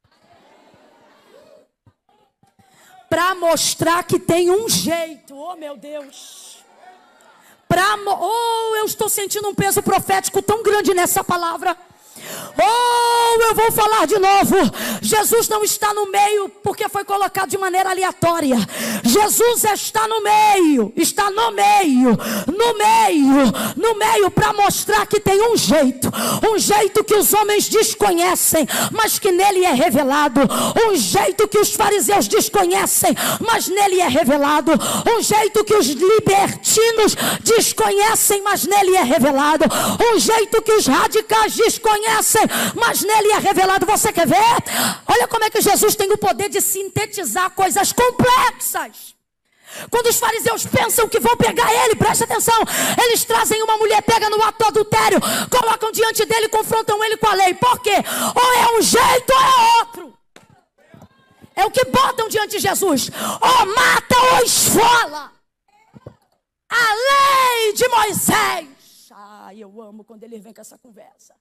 Para mostrar que tem um jeito. Oh, meu Deus. Pra, oh, eu estou sentindo um peso profético tão grande nessa palavra. Oh, eu vou falar de novo. Jesus não está no meio porque foi colocado de maneira aleatória. Jesus está no meio, está no meio, no meio, no meio para mostrar que tem um jeito, um jeito que os homens desconhecem, mas que nele é revelado, um jeito que os fariseus desconhecem, mas nele é revelado, um jeito que os libertinos desconhecem, mas nele é revelado, um jeito que os radicais desconhecem, mas nele é revelado. Você quer ver? Olha como é que Jesus tem o poder de sintetizar coisas complexas. Quando os fariseus pensam que vão pegar ele, presta atenção, eles trazem uma mulher pega no ato do adultério, colocam diante dele e confrontam ele com a lei. Por quê? Ou é um jeito ou é outro. É o que botam diante de Jesus. Ou mata ou esfola. A lei de Moisés. Ai, eu amo quando ele vem com essa conversa.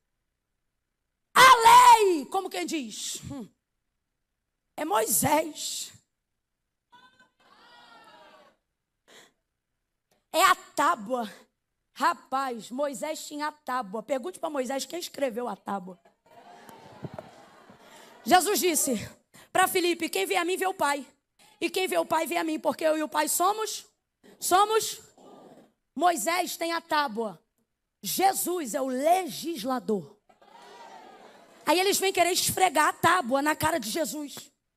A lei, como quem diz, hum, é Moisés. É a tábua. Rapaz, Moisés tinha a tábua. Pergunte para Moisés quem escreveu a tábua. Jesus disse para Filipe, quem vê a mim vê o Pai. E quem vê o Pai vê a mim, porque eu e o Pai somos, somos. Moisés tem a tábua. Jesus é o legislador. Aí eles vêm querer esfregar a tábua na cara de Jesus.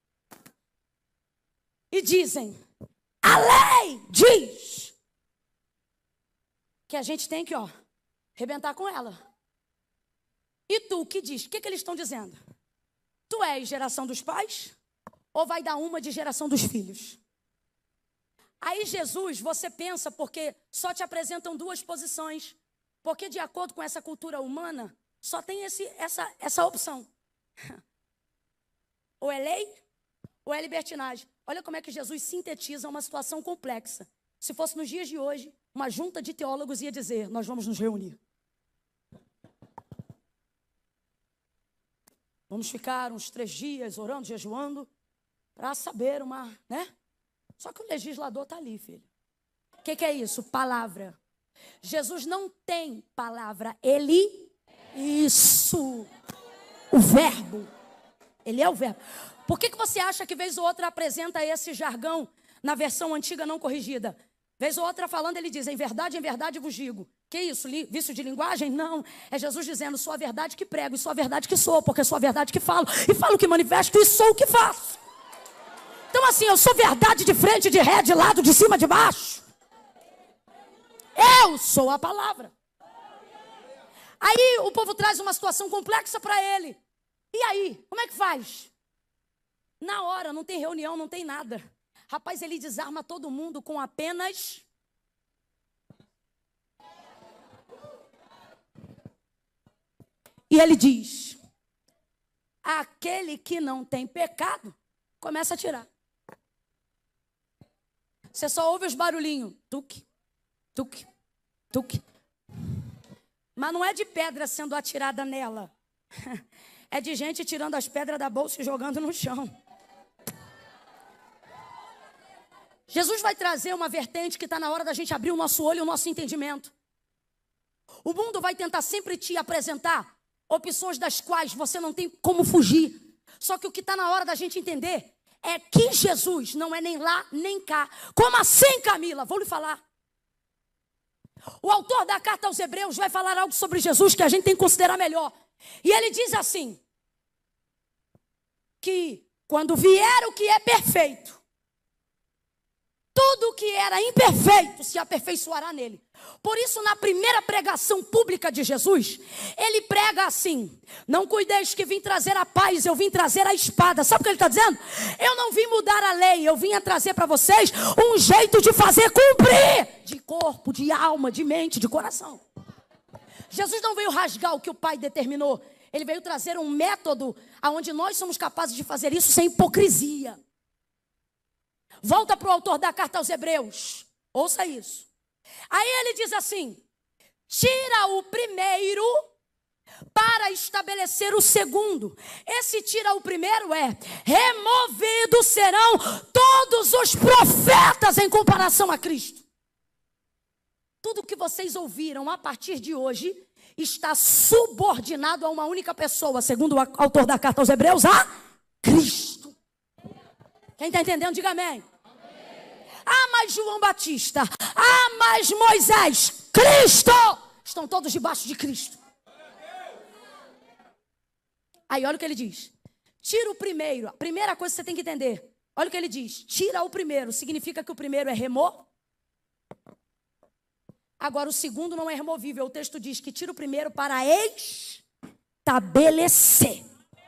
E dizem, a lei diz que a gente tem que, ó, arrebentar com ela. E tu, o que diz? O que, que eles estão dizendo? Tu és geração dos pais? Ou vai dar uma de geração dos filhos? Aí Jesus, você pensa, porque só te apresentam duas posições. Porque de acordo com essa cultura humana, só tem esse, essa, essa opção. Ou é lei, ou é libertinagem. Olha como é que Jesus sintetiza uma situação complexa. Se fosse nos dias de hoje, uma junta de teólogos ia dizer, nós vamos nos reunir. Vamos ficar uns três dias orando, jejuando, para saber uma, né? Só que o legislador está ali, filho. O que, que é isso? Palavra. Jesus não tem palavra, ele, isso, o verbo, ele é o verbo. Por que que você acha que vez ou outra apresenta esse jargão na versão antiga não corrigida? Vez ou outra falando, ele diz, em verdade, em verdade vos digo. Que isso, vício de linguagem? Não, é Jesus dizendo, sou a verdade que prego e sou a verdade que sou, porque sou a verdade que falo, e falo o que manifesto e sou o que faço. Então assim, eu sou verdade de frente, de ré, de lado, de cima, de baixo. Eu sou a palavra. Aí o povo traz uma situação complexa para ele. E aí, como é que faz? Na hora, não tem reunião, não tem nada. Rapaz, ele desarma todo mundo com apenas... E ele diz, aquele que não tem pecado, começa a tirar. Você só ouve os barulhinhos, tuque, tuque, tuque. Mas não é de pedra sendo atirada nela. É de gente tirando as pedras da bolsa e jogando no chão. Jesus vai trazer uma vertente que está na hora da gente abrir o nosso olho e o nosso entendimento. O mundo vai tentar sempre te apresentar opções das quais você não tem como fugir. Só que o que está na hora da gente entender é que Jesus não é nem lá, nem cá. Como assim, Camila? Vou lhe falar. O autor da carta aos Hebreus vai falar algo sobre Jesus que a gente tem que considerar melhor. E ele diz assim, que quando vier o que é perfeito, tudo que era imperfeito se aperfeiçoará nele. Por isso, na primeira pregação pública de Jesus, ele prega assim, não cuideis que vim trazer a paz, eu vim trazer a espada. Sabe o que ele está dizendo? Eu não vim mudar a lei, eu vim a trazer para vocês um jeito de fazer cumprir. De corpo, de alma, de mente, de coração. Jesus não veio rasgar o que o Pai determinou. Ele veio trazer um método onde nós somos capazes de fazer isso sem hipocrisia. Volta para o autor da carta aos Hebreus. Ouça isso. Aí ele diz assim, tira o primeiro para estabelecer o segundo. Esse tira o primeiro é, removidos serão todos os profetas em comparação a Cristo. Tudo que vocês ouviram a partir de hoje está subordinado a uma única pessoa, segundo o autor da carta aos Hebreus, a Cristo. Quem está entendendo, diga amém. Ah, mas João Batista, ah, mas Moisés, Cristo, estão todos debaixo de Cristo. Aí olha o que ele diz, tira o primeiro, a primeira coisa que você tem que entender, olha o que ele diz, tira o primeiro, significa que o primeiro é remor. Agora o segundo não é removível, o texto diz que tira o primeiro para estabelecer.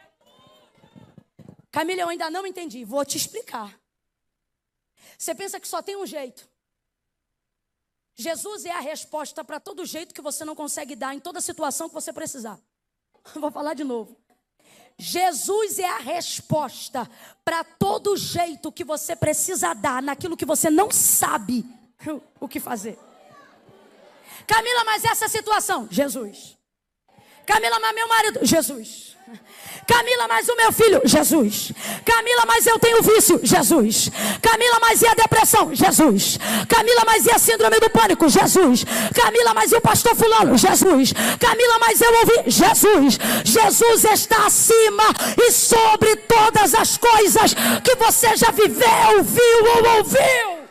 Camila, eu ainda não entendi, vou te explicar. Você pensa que só tem um jeito. Jesus é a resposta para todo jeito que você não consegue dar, em toda situação que você precisar. Vou falar de novo. Jesus é a resposta para todo jeito que você precisa dar, naquilo que você não sabe o que fazer. Camila, mas essa situação, Jesus. Camila, mas meu marido, Jesus. Camila, mas o meu filho, Jesus. Camila, mas eu tenho vício, Jesus. Camila, mas e a depressão, Jesus. Camila, mas e a síndrome do pânico, Jesus. Camila, mas e o pastor fulano, Jesus. Camila, mas eu ouvi, Jesus. Jesus está acima e sobre todas as coisas que você já viveu, viu ou ouviu.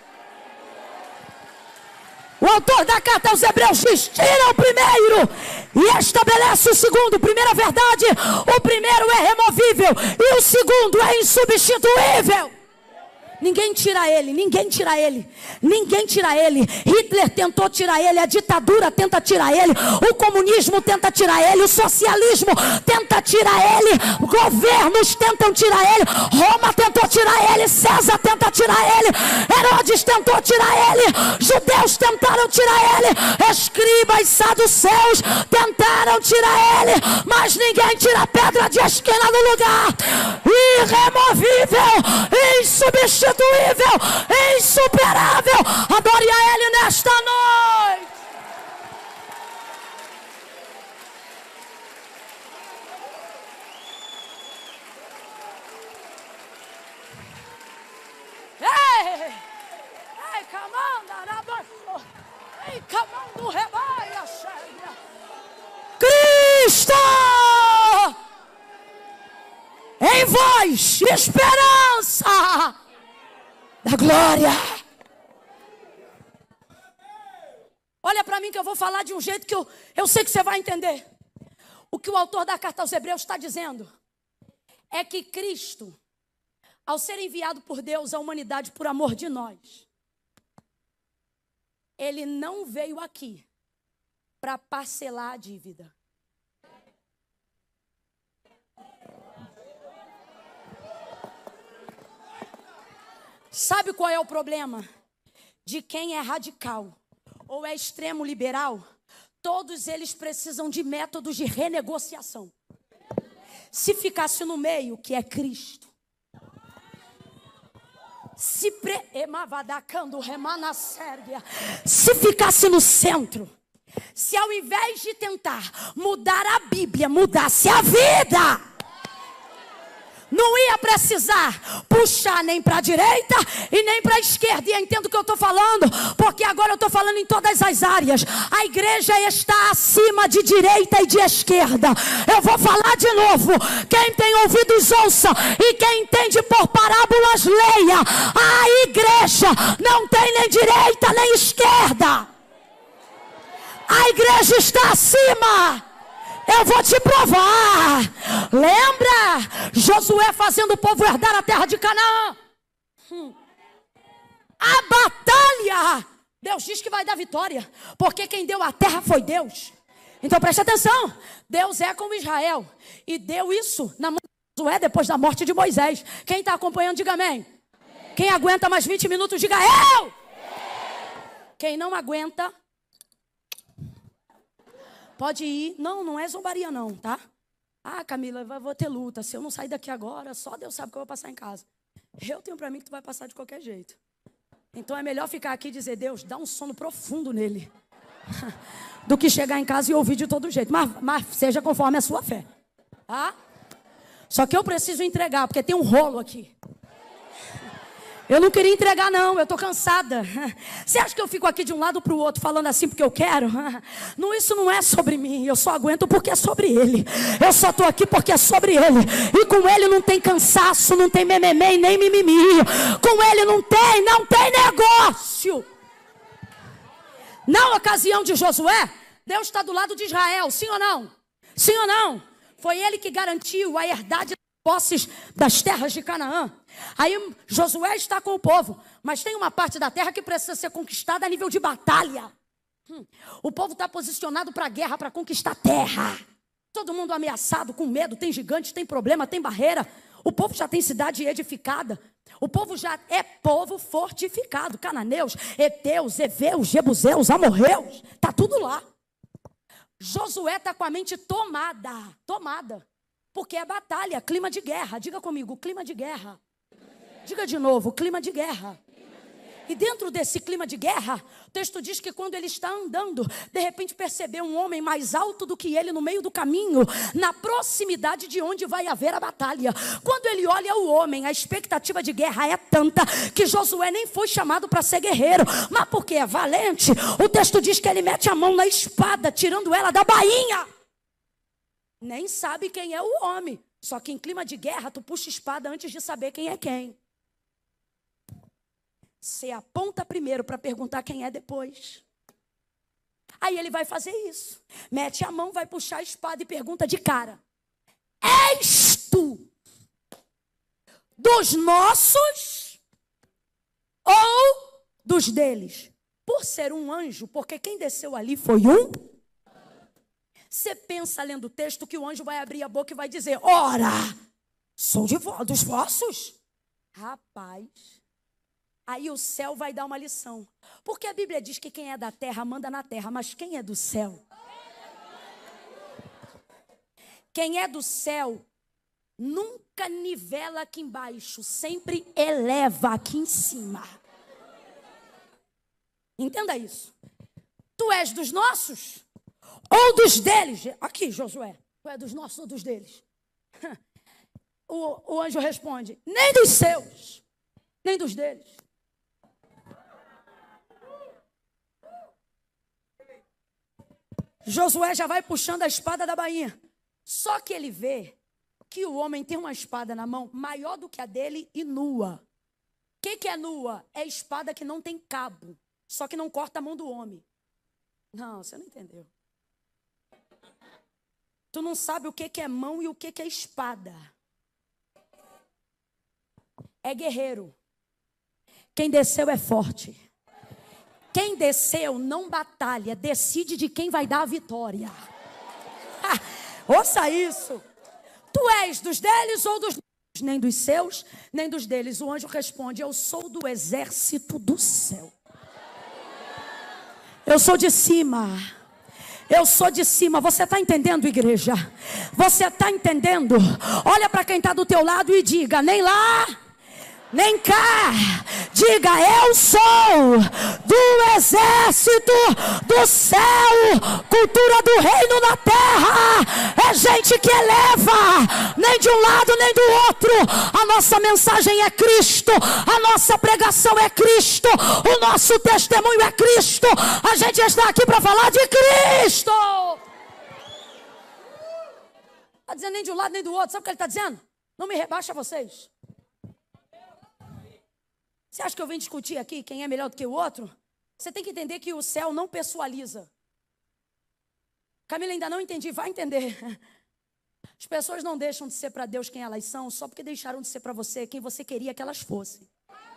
O autor da carta aos Hebreus diz, tira o primeiro e estabelece o segundo. Primeira verdade, o primeiro é removível e o segundo é insubstituível. Ninguém tira ele, ninguém tira ele, ninguém tira ele. Hitler tentou tirar ele, a ditadura tenta tirar ele, o comunismo tenta tirar ele, o socialismo tenta tirar ele, governos tentam tirar ele, Roma tentou tirar ele, César tenta tirar ele, Herodes tentou tirar ele, judeus tentaram tirar ele, escribas, saduceus tentaram tirar ele, mas ninguém tira a pedra de esquina do lugar. Irremovível, insubstituível, insuperável. Adore a Ele nesta noite. Ei, ei, comanda, ei, Camando rebaia, cheia. Cristo! Em vós, esperança da glória. Olha para mim que eu vou falar de um jeito que eu, eu sei que você vai entender. O que o autor da carta aos Hebreus está dizendo é que Cristo, ao ser enviado por Deus à humanidade por amor de nós, Ele não veio aqui para parcelar a dívida. Sabe qual é o problema? De quem é radical ou é extremo liberal, todos eles precisam de métodos de renegociação. Se ficasse no meio, que é Cristo, se, pre... se ficasse no centro, se ao invés de tentar mudar a Bíblia, mudasse a vida, não ia precisar puxar nem para a direita e nem para a esquerda. E eu entendo o que eu estou falando, porque agora eu estou falando em todas as áreas. A igreja está acima de direita e de esquerda. Eu vou falar de novo. Quem tem ouvidos ouça, e quem entende por parábolas leia. A igreja não tem nem direita nem esquerda. A igreja está acima. Eu vou te provar. Lembra? Josué fazendo o povo herdar a terra de Canaã. Hum. A batalha, Deus diz que vai dar vitória, porque quem deu a terra foi Deus. Então preste atenção. Deus é como Israel, e deu isso na mão de Josué depois da morte de Moisés. Quem está acompanhando, diga amém. Amém. Quem aguenta mais vinte minutos, diga eu. Eu. Quem não aguenta, pode ir. Não, não é zombaria não, tá? Ah, Camila, eu vou ter luta. Se eu não sair daqui agora, só Deus sabe o que eu vou passar em casa. Eu tenho pra mim que tu vai passar de qualquer jeito. Então é melhor ficar aqui e dizer, Deus, dá um sono profundo nele, do que chegar em casa e ouvir de todo jeito. Mas, mas seja conforme a sua fé, tá? Só que eu preciso entregar, porque tem um rolo aqui. Eu não queria entregar não, eu estou cansada. Você acha que eu fico aqui de um lado para o outro falando assim porque eu quero? Não, isso não é sobre mim, eu só aguento porque é sobre Ele. Eu só estou aqui porque é sobre Ele. E com Ele não tem cansaço, não tem mememê, nem mimimi. Com Ele não tem, não tem negócio. Na ocasião de Josué, Deus está do lado de Israel, sim ou não? Sim ou não? Foi Ele que garantiu a herdade das posses das terras de Canaã. Aí Josué está com o povo, mas tem uma parte da terra que precisa ser conquistada a nível de batalha. Hum, o povo está posicionado para a guerra, para conquistar terra. Todo mundo ameaçado, com medo, tem gigante, tem problema, tem barreira. O povo já tem cidade edificada. O povo já é povo fortificado. Cananeus, heteus, heveus, jebuseus, amorreus, está tudo lá. Josué está com a mente tomada, tomada, porque é batalha, clima de guerra. Diga comigo, clima de guerra. Diga de novo, clima de guerra. E dentro desse clima de guerra, o texto diz que quando ele está andando, de repente percebeu um homem mais alto do que ele no meio do caminho, na proximidade de onde vai haver a batalha. Quando ele olha o homem, a expectativa de guerra é tanta que Josué nem foi chamado para ser guerreiro, mas porque é valente, o texto diz que ele mete a mão na espada, tirando ela da bainha. Nem sabe quem é o homem, só que em clima de guerra tu puxa espada antes de saber quem é quem. Você aponta primeiro para perguntar quem é depois. Aí ele vai fazer isso. Mete a mão, vai puxar a espada e pergunta de cara: és tu dos nossos ou dos deles? Por ser um anjo, porque quem desceu ali foi um. Você pensa lendo o texto que o anjo vai abrir a boca e vai dizer: ora, sou de vo- dos vossos? Rapaz. Aí o céu vai dar uma lição. Porque a Bíblia diz que quem é da terra manda na terra, mas quem é do céu? Quem é do céu nunca nivela aqui embaixo, sempre eleva aqui em cima. Entenda isso. Tu és dos nossos ou dos deles? Aqui, Josué, tu é dos nossos ou dos deles? O, o anjo responde: nem dos seus, nem dos deles. Josué já vai puxando a espada da bainha. Só que ele vê que o homem tem uma espada na mão maior do que a dele e nua. O que, que é nua? É espada que não tem cabo, só que não corta a mão do homem. Não, você não entendeu. Tu não sabe o que, que é mão e o que, que é espada. É guerreiro. Quem desceu é forte. Quem desceu não batalha, decide de quem vai dar a vitória. Ah, ouça isso. Tu és dos deles ou dos meus? Nem dos seus, nem dos deles. O anjo responde: eu sou do exército do céu. Eu sou de cima. Eu sou de cima. Você está entendendo, igreja? Você está entendendo? Olha para quem está do teu lado e diga: nem lá, nem cá. Diga: eu sou do exército do céu. Cultura do reino na terra. É gente que eleva, nem de um lado nem do outro. A nossa mensagem é Cristo. A nossa pregação é Cristo. O nosso testemunho é Cristo. A gente está aqui para falar de Cristo. Está dizendo nem de um lado nem do outro. Sabe o que ele está dizendo? Não me rebaixa vocês. Você acha que eu vim discutir aqui quem é melhor do que o outro? Você tem que entender que o céu não pessoaliza. Camila, ainda não entendi. Vai entender. As pessoas não deixam de ser para Deus quem elas são só porque deixaram de ser para você quem você queria que elas fossem.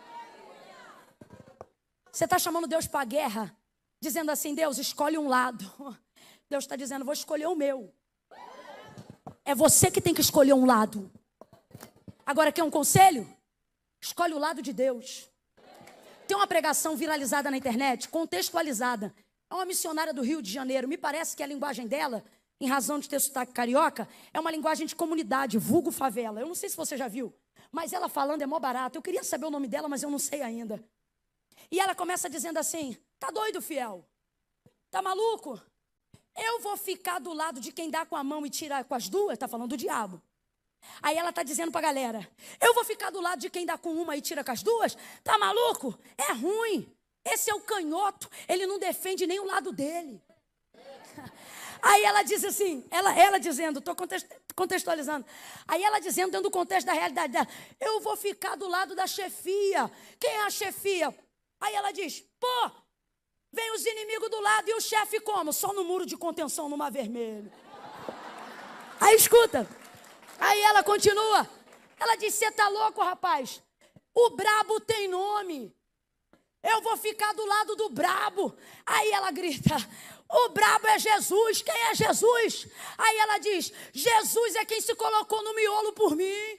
Você está chamando Deus para a guerra, dizendo assim: Deus, escolhe um lado. Deus está dizendo: vou escolher o meu. É você que tem que escolher um lado. Agora, quer um conselho? Escolhe o lado de Deus. Tem uma pregação viralizada na internet, contextualizada. É uma missionária do Rio de Janeiro. Me parece que a linguagem dela, em razão de ter sotaque carioca, é uma linguagem de comunidade, vulgo favela. Eu não sei se você já viu, mas ela falando é mó barato. Eu queria saber o nome dela, mas eu não sei ainda. E ela começa dizendo assim: tá doido, fiel? Tá maluco? Eu vou ficar do lado de quem dá com a mão e tira com as duas? Tá falando do diabo. Aí ela tá dizendo pra galera: eu vou ficar do lado de quem dá com uma e tira com as duas? Tá maluco? É ruim. Esse é o canhoto. Ele não defende nem o lado dele. Aí ela diz assim, ela, ela dizendo, estou contextualizando. Aí ela dizendo, dentro do contexto da realidade dela: eu vou ficar do lado da chefia. Quem é a chefia? Aí ela diz: pô, vem os inimigos do lado e o chefe como? Só no muro de contenção, no Mar Vermelho. Aí escuta. Aí ela continua. Ela diz: você tá louco, rapaz? O brabo tem nome. Eu vou ficar do lado do brabo. Aí ela grita: o brabo é Jesus. Quem é Jesus? Aí ela diz: Jesus é quem se colocou no miolo por mim.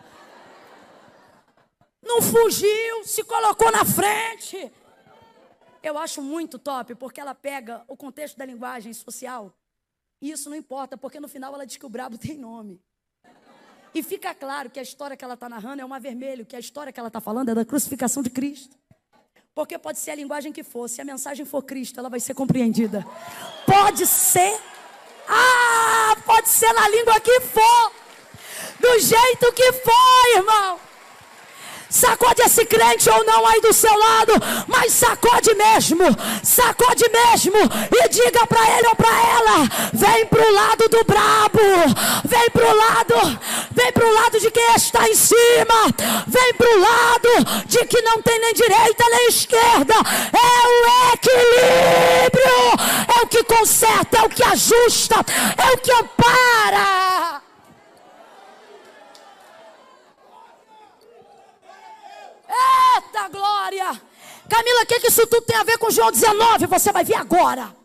Não fugiu, se colocou na frente. Eu acho muito top, porque ela pega o contexto da linguagem social. E isso não importa, porque no final ela diz que o brabo tem nome. E fica claro que a história que ela está narrando é o Mar Vermelho, que a história que ela está falando é da crucificação de Cristo. Porque pode ser a linguagem que for, se a mensagem for Cristo, ela vai ser compreendida. Pode ser, ah, pode ser na língua que for, do jeito que for, irmão. Sacode esse crente ou não aí do seu lado, mas sacode mesmo, sacode mesmo e diga para ele ou para ela: vem pro lado do brabo, vem pro lado, vem pro lado de quem está em cima, vem pro lado de que não tem nem direita nem esquerda. É o equilíbrio, é o que conserta, é o que ajusta, é o que ampara. Eita glória! Camila, o que, que isso tudo tem a ver com João dezenove? Você vai ver agora.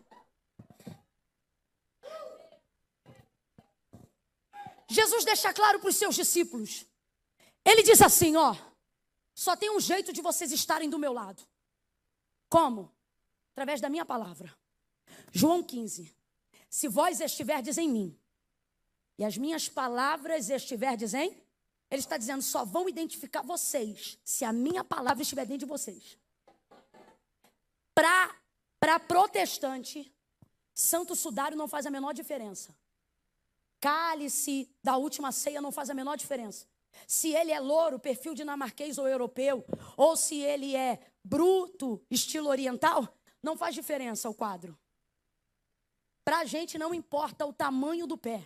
Jesus deixa claro para os seus discípulos. Ele diz assim, ó: só tem um jeito de vocês estarem do meu lado. Como? Através da minha palavra. João quinze. Se vós estiverdes em mim e as minhas palavras estiverdes em... Ele está dizendo: só vão identificar vocês se a minha palavra estiver dentro de vocês. Para para protestante, santo sudário não faz a menor diferença. Cálice da última ceia não faz a menor diferença. Se ele é louro, perfil dinamarquês ou europeu, ou se ele é bruto, estilo oriental, não faz diferença o quadro. Para a gente não importa o tamanho do pé.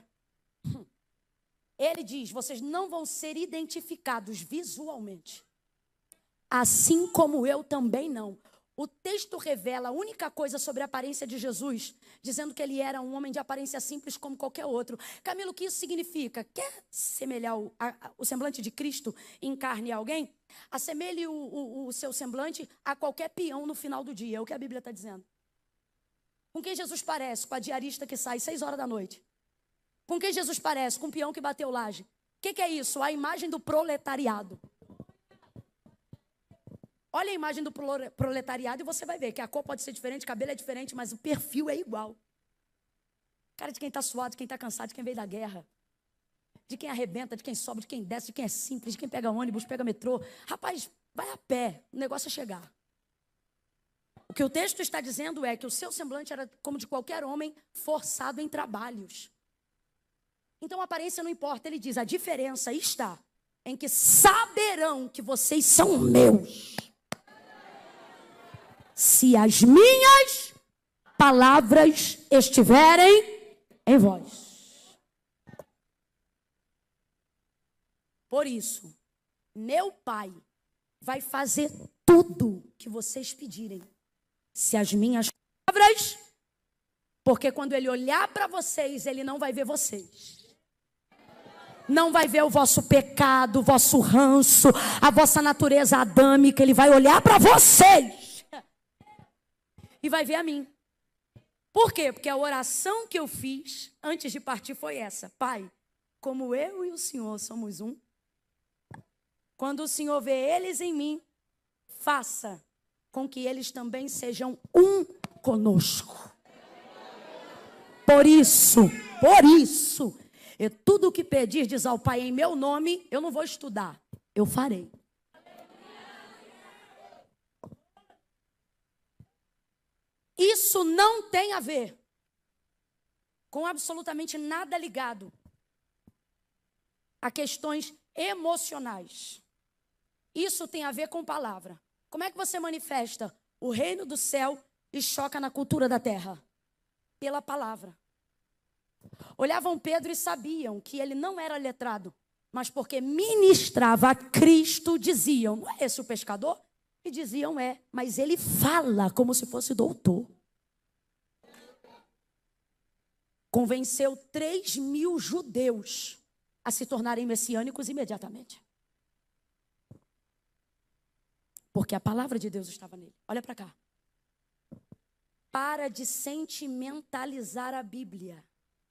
Ele diz, vocês não vão ser identificados visualmente. Assim como eu também não. O texto revela a única coisa sobre a aparência de Jesus, dizendo que ele era um homem de aparência simples como qualquer outro. Camilo, o que isso significa? Quer semelhar o, a, o semblante de Cristo em carne a alguém? Assemelhe o, o, o seu semblante a qualquer peão no final do dia, é o que a Bíblia está dizendo. Com quem Jesus parece? Com a diarista que sai seis horas da noite. Com quem Jesus parece? Com o peão que bateu laje. O que, que é isso? A imagem do proletariado. Olha a imagem do proletariado e você vai ver que a cor pode ser diferente, o cabelo é diferente, mas o perfil é igual. Cara de quem está suado, de quem está cansado, de quem veio da guerra. De quem arrebenta, de quem sobe, de quem desce, de quem é simples, de quem pega ônibus, pega metrô. Rapaz, vai a pé, o negócio é chegar. O que o texto está dizendo é que o seu semblante era como de qualquer homem forçado em trabalhos. Então a aparência não importa, ele diz, a diferença está em que saberão que vocês são meus. Se as minhas palavras estiverem em vós. Por isso, meu Pai vai fazer tudo que vocês pedirem. Se as minhas palavras, porque quando ele olhar para vocês, ele não vai ver vocês. Não vai ver o vosso pecado, o vosso ranço, a vossa natureza adâmica. Ele vai olhar para vocês e vai ver a mim. Por quê? Porque a oração que eu fiz antes de partir foi essa. Pai, como eu e o Senhor somos um, quando o Senhor vê eles em mim, faça com que eles também sejam um conosco. Por isso, por isso, e tudo o que pedirdes ao Pai em meu nome, eu não vou estudar, eu farei. Isso não tem a ver com absolutamente nada ligado a questões emocionais. Isso tem a ver com palavra. Como é que você manifesta o reino do céu e choca na cultura da terra? Pela palavra. Olhavam Pedro e sabiam que ele não era letrado, mas porque ministrava a Cristo, diziam, não é esse o pescador? E diziam, é, mas ele fala como se fosse doutor. Convenceu três mil judeus a se tornarem messiânicos imediatamente. Porque a palavra de Deus estava nele. Olha para cá. Para de sentimentalizar a Bíblia.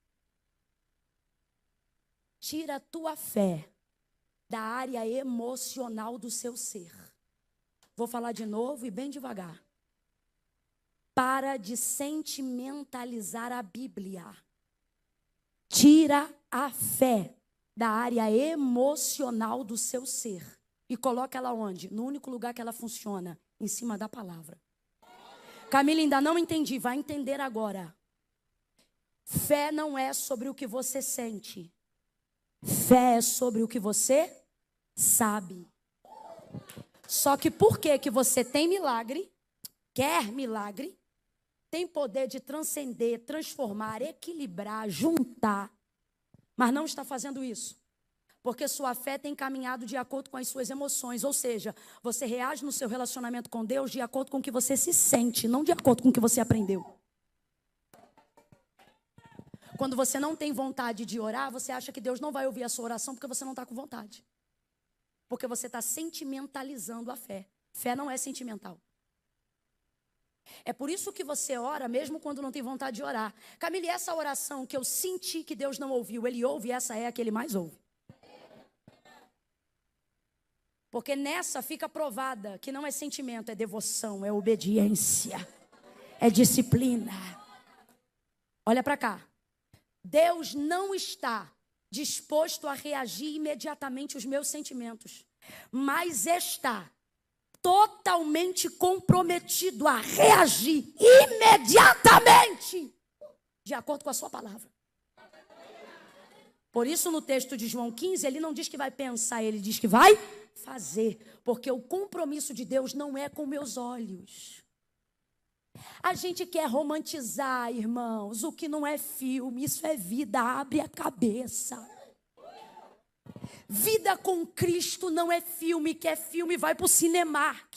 Tira a tua fé da área emocional do seu ser. Vou falar de novo e bem devagar. Para de sentimentalizar a Bíblia. Tira a fé da área emocional do seu ser. E coloca ela onde? No único lugar que ela funciona, em cima da palavra. Camila, ainda não entendi, vai entender agora. Fé não é sobre o que você sente. Fé é sobre o que você sabe. Só que por que que você tem milagre, quer milagre, tem poder de transcender, transformar, equilibrar, juntar, mas não está fazendo isso? Porque sua fé tem caminhado de acordo com as suas emoções. Ou seja, você reage no seu relacionamento com Deus de acordo com o que você se sente, não de acordo com o que você aprendeu. Quando você não tem vontade de orar, você acha que Deus não vai ouvir a sua oração porque você não está com vontade. Porque você está sentimentalizando a fé. Fé não é sentimental. É por isso que você ora mesmo quando não tem vontade de orar. Camille, essa oração que eu senti que Deus não ouviu, Ele ouve, essa é a que Ele mais ouve. Porque nessa fica provada que não é sentimento, é devoção, é obediência, é disciplina. Olha para cá. Deus não está disposto a reagir imediatamente aos meus sentimentos, mas está totalmente comprometido a reagir imediatamente de acordo com a sua palavra. Por isso no texto de João quinze, ele não diz que vai pensar, ele diz que vai fazer, porque o compromisso de Deus não é com meus olhos, A gente quer romantizar, irmãos, o que não é filme, isso é vida, abre a cabeça. Vida com Cristo não é filme, que é filme, vai para o Cinemark,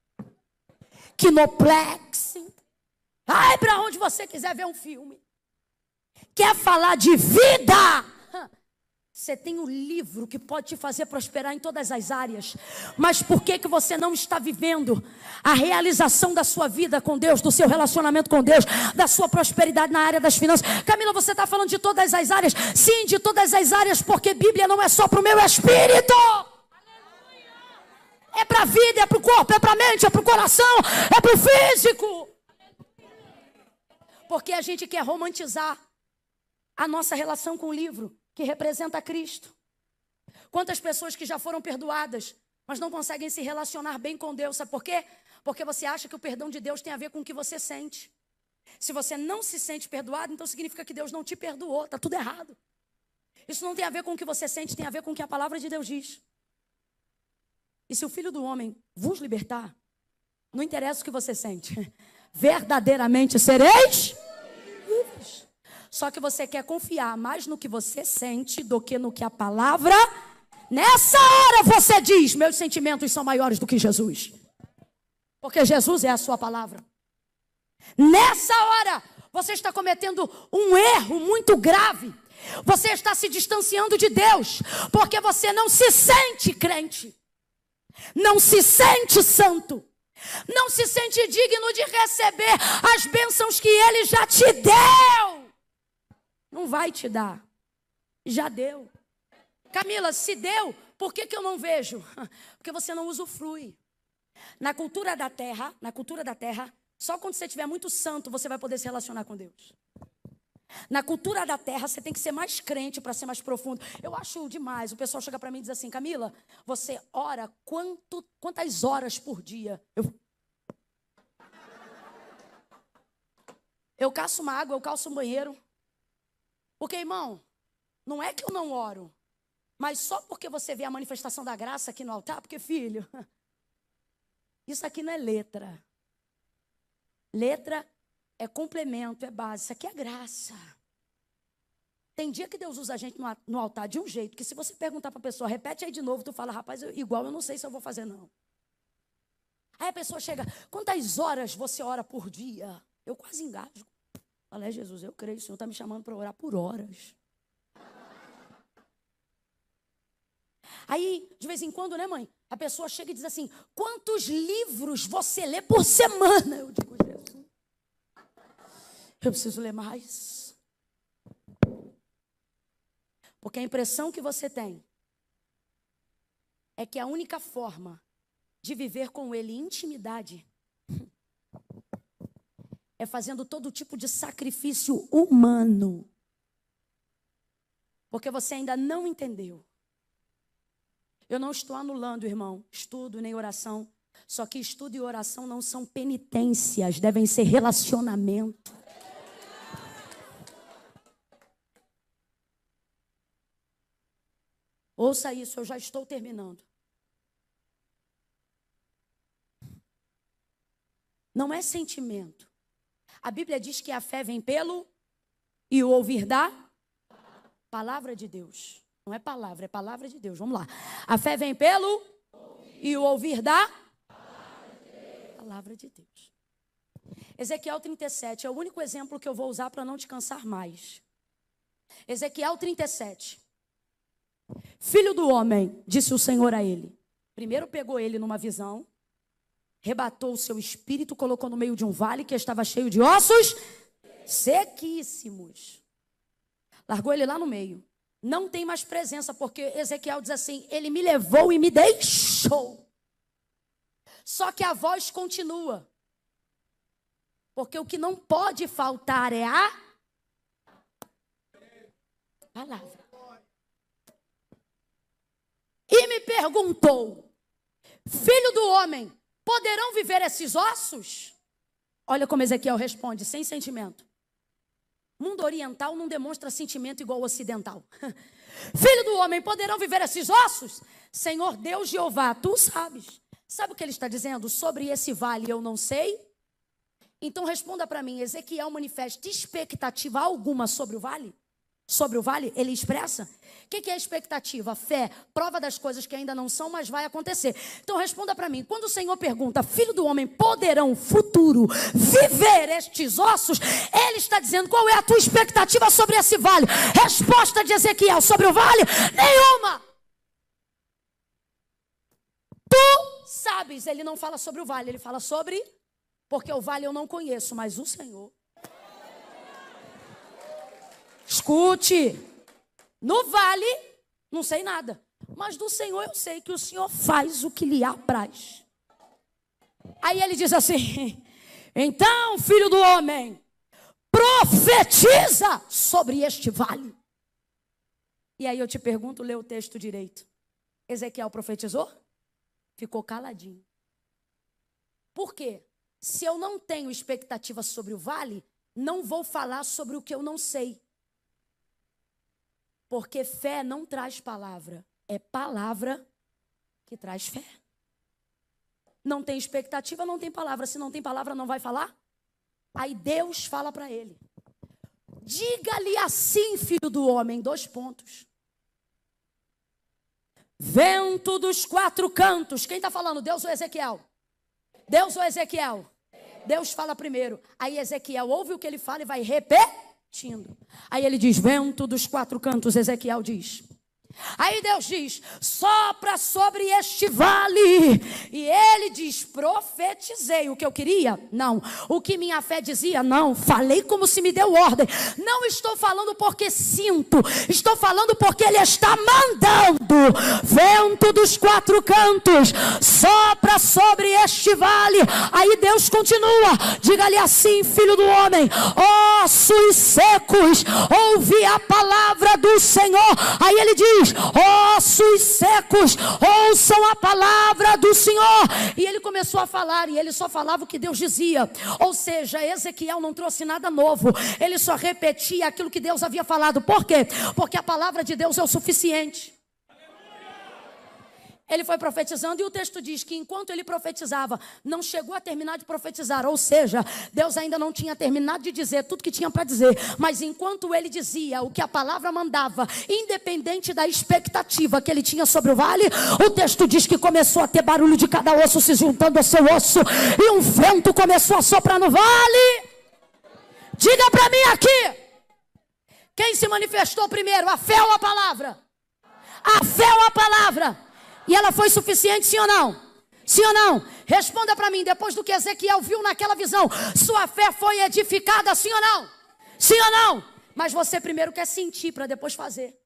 Kinoplex, vai para onde você quiser ver um filme. Quer falar de vida? Você tem um livro que pode te fazer prosperar em todas as áreas. Mas por que que você não está vivendo a realização da sua vida com Deus, do seu relacionamento com Deus, da sua prosperidade na área das finanças? Camila, você está falando de todas as áreas? Sim, de todas as áreas, porque Bíblia não é só para o meu espírito. É para a vida, é para o corpo, é para a mente, é para o coração, é para o físico. Porque a gente quer romantizar a nossa relação com o livro, que representa Cristo. Quantas pessoas que já foram perdoadas, mas não conseguem se relacionar bem com Deus, sabe por quê? Porque você acha que o perdão de Deus tem a ver com o que você sente. Se você não se sente perdoado, então significa que Deus não te perdoou, está tudo errado. Isso não tem a ver com o que você sente, tem a ver com o que a palavra de Deus diz. E se o Filho do Homem vos libertar, não interessa o que você sente, verdadeiramente sereis livres. Só que você quer confiar mais no que você sente do que no que a palavra. Nessa hora você diz: meus sentimentos são maiores do que Jesus. Porque Jesus é a sua palavra. Nessa hora você está cometendo um erro muito grave. Você está se distanciando de Deus, porque você não se sente crente. Não se sente santo. Não se sente digno de receber as bênçãos que Ele já te deu. Não vai te dar. Já deu. Camila, se deu, por que que eu não vejo? Porque você não usufrui. Na cultura da terra, na cultura da terra, só quando você estiver muito santo, você vai poder se relacionar com Deus. Na cultura da terra, você tem que ser mais crente para ser mais profundo. Eu acho demais. O pessoal chega para mim e diz assim: Camila, você ora quanto, quantas horas por dia? Eu... eu caço uma água, eu calço um banheiro. Porque, irmão, não é que eu não oro, mas só porque você vê a manifestação da graça aqui no altar, porque, filho, isso aqui não é letra. Letra é complemento, é base. Isso aqui é graça. Tem dia que Deus usa a gente no, no altar de um jeito, que se você perguntar para a pessoa, repete aí de novo, tu fala: rapaz, eu, igual eu não sei se eu vou fazer, não. Aí a pessoa chega: quantas horas você ora por dia? Eu quase engasgo. Falei: Jesus, eu creio, o Senhor está me chamando para orar por horas. Aí, de vez em quando, né, mãe? A pessoa chega e diz assim: quantos livros você lê por semana? Eu digo: Jesus, eu preciso ler mais. Porque a impressão que você tem é que a única forma de viver com Ele em intimidade é fazendo todo tipo de sacrifício humano. Porque você ainda não entendeu. Eu não estou anulando, irmão, estudo nem oração. Só que estudo e oração não são penitências, devem ser relacionamento. Ouça isso, eu já estou terminando. Não é sentimento. A Bíblia diz que a fé vem pelo e o ouvir da palavra de Deus. Não é palavra, é palavra de Deus. Vamos lá. A fé vem pelo e o ouvir da palavra de Deus. Ezequiel trinta e sete é o único exemplo que eu vou usar para não te cansar mais. Ezequiel trinta e sete. Filho do homem, disse o Senhor a ele. Primeiro pegou ele numa visão, rebatou o seu espírito, colocou no meio de um vale que estava cheio de ossos sequíssimos. Largou ele lá no meio. Não tem mais presença, porque Ezequiel diz assim: ele me levou e me deixou. Só que a voz continua. Porque o que não pode faltar é a palavra. E me perguntou: filho do homem, poderão viver esses ossos? Olha como Ezequiel responde, sem sentimento. Mundo oriental não demonstra sentimento igual ao ocidental. Filho do homem, poderão viver esses ossos? Senhor Deus Jeová, tu sabes. Sabe o que ele está dizendo? Sobre esse vale eu não sei, Então responda para mim, Ezequiel manifesta expectativa alguma sobre o vale? Sobre o vale, ele expressa. O que, que é expectativa? Fé, prova das coisas que ainda não são, mas vai acontecer. Então responda para mim, quando o Senhor pergunta, filho do homem, poderão futuro viver estes ossos? Ele está dizendo, qual é a tua expectativa sobre esse vale? Resposta de Ezequiel sobre o vale? Nenhuma. Tu sabes, ele não fala sobre o vale, ele fala sobre, porque o vale eu não conheço, mas o Senhor. Escute, no vale, não sei nada, mas do Senhor eu sei que o Senhor faz o que lhe apraz. Aí ele diz assim, então, filho do homem, profetiza sobre este vale. E aí eu te pergunto, lê o texto direito. Ezequiel profetizou? Ficou caladinho. Por quê? Se eu não tenho expectativa sobre o vale, não vou falar sobre o que eu não sei. Porque fé não traz palavra, é palavra que traz fé. Não tem expectativa, não tem palavra. Se não tem palavra, não vai falar? Aí Deus fala para ele. Diga-lhe assim, filho do homem, dois pontos. Vento dos quatro cantos. Quem está falando? Deus ou Ezequiel? Deus ou Ezequiel? Deus fala primeiro. Aí Ezequiel ouve o que ele fala e vai repetir. Aí ele diz, vento dos quatro cantos, Ezequiel diz. Aí Deus diz, sopra sobre este vale. E ele diz, profetizei o que eu queria? Não. O que minha fé dizia? Não. Falei como se me deu ordem. Não estou falando porque sinto, estou falando porque ele está mandando. Vento dos quatro cantos, sopra sobre este vale. Aí Deus continua, diga-lhe assim, filho do homem, ossos secos, ouve a palavra do Senhor. Aí ele diz, ossos secos, ouçam a palavra do Senhor. E ele começou a falar, e ele só falava o que Deus dizia. Ou seja, Ezequiel não trouxe nada novo, ele só repetia aquilo que Deus havia falado. Por quê? Porque a palavra de Deus é o suficiente. Ele foi profetizando e o texto diz que enquanto ele profetizava, não chegou a terminar de profetizar. Ou seja, Deus ainda não tinha terminado de dizer tudo que tinha para dizer. Mas enquanto ele dizia o que a palavra mandava, independente da expectativa que ele tinha sobre o vale, o texto diz que começou a ter barulho de cada osso se juntando ao seu osso. E um vento começou a soprar no vale. Diga para mim aqui, quem se manifestou primeiro, a fé ou a palavra? A fé ou a palavra? E ela foi suficiente, sim ou não? Sim ou não? Responda para mim, depois do que Ezequiel viu naquela visão, sua fé foi edificada, sim ou não? Sim ou não? Mas você primeiro quer sentir para depois fazer.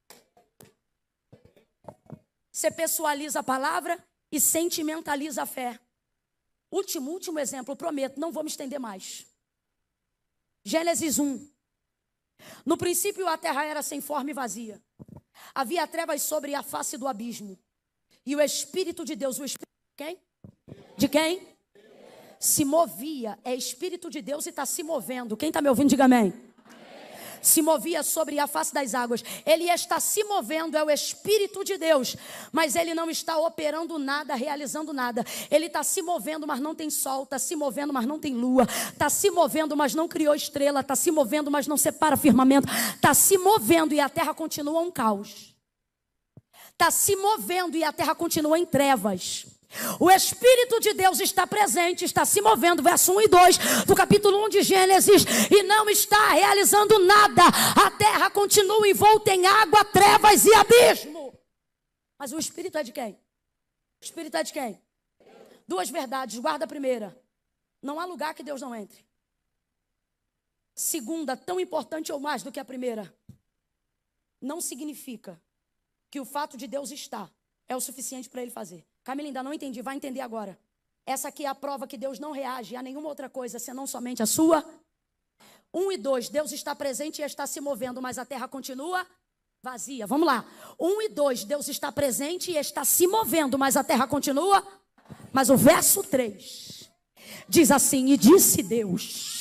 Você pessoaliza a palavra e sentimentaliza a fé. Último, último exemplo, prometo, não vou me estender mais. Gênesis um. No princípio a terra era sem forma e vazia. Havia trevas sobre a face do abismo. E o Espírito de Deus, o Espírito de quem? De quem? Se movia, é Espírito de Deus e está se movendo. Quem está me ouvindo, diga amém. Se movia sobre a face das águas. Ele está se movendo, é o Espírito de Deus. Mas ele não está operando nada, realizando nada. Ele está se movendo, mas não tem sol. Está se movendo, mas não tem lua. Está se movendo, mas não criou estrela. Está se movendo, mas não separa firmamento. Está se movendo e a terra continua um caos. Está se movendo e a terra continua em trevas. O Espírito de Deus está presente, está se movendo, verso um e dois do capítulo um de Gênesis, e não está realizando nada. A terra continua envolta em água, trevas e abismo. Mas o Espírito é de quem? O Espírito é de quem? Duas verdades, guarda a primeira. Não há lugar que Deus não entre. Segunda, tão importante ou mais do que a primeira, não significa que o fato de Deus estar é o suficiente para ele fazer. Camila, ainda não entendi, vai entender agora. Essa aqui é a prova que Deus não reage a nenhuma outra coisa, senão somente a sua. Um e dois, Deus está presente e está se movendo, mas a terra continua vazia. Vamos lá. Um e dois, Deus está presente e está se movendo, mas a terra continua. Mas o verso três diz assim, e disse Deus...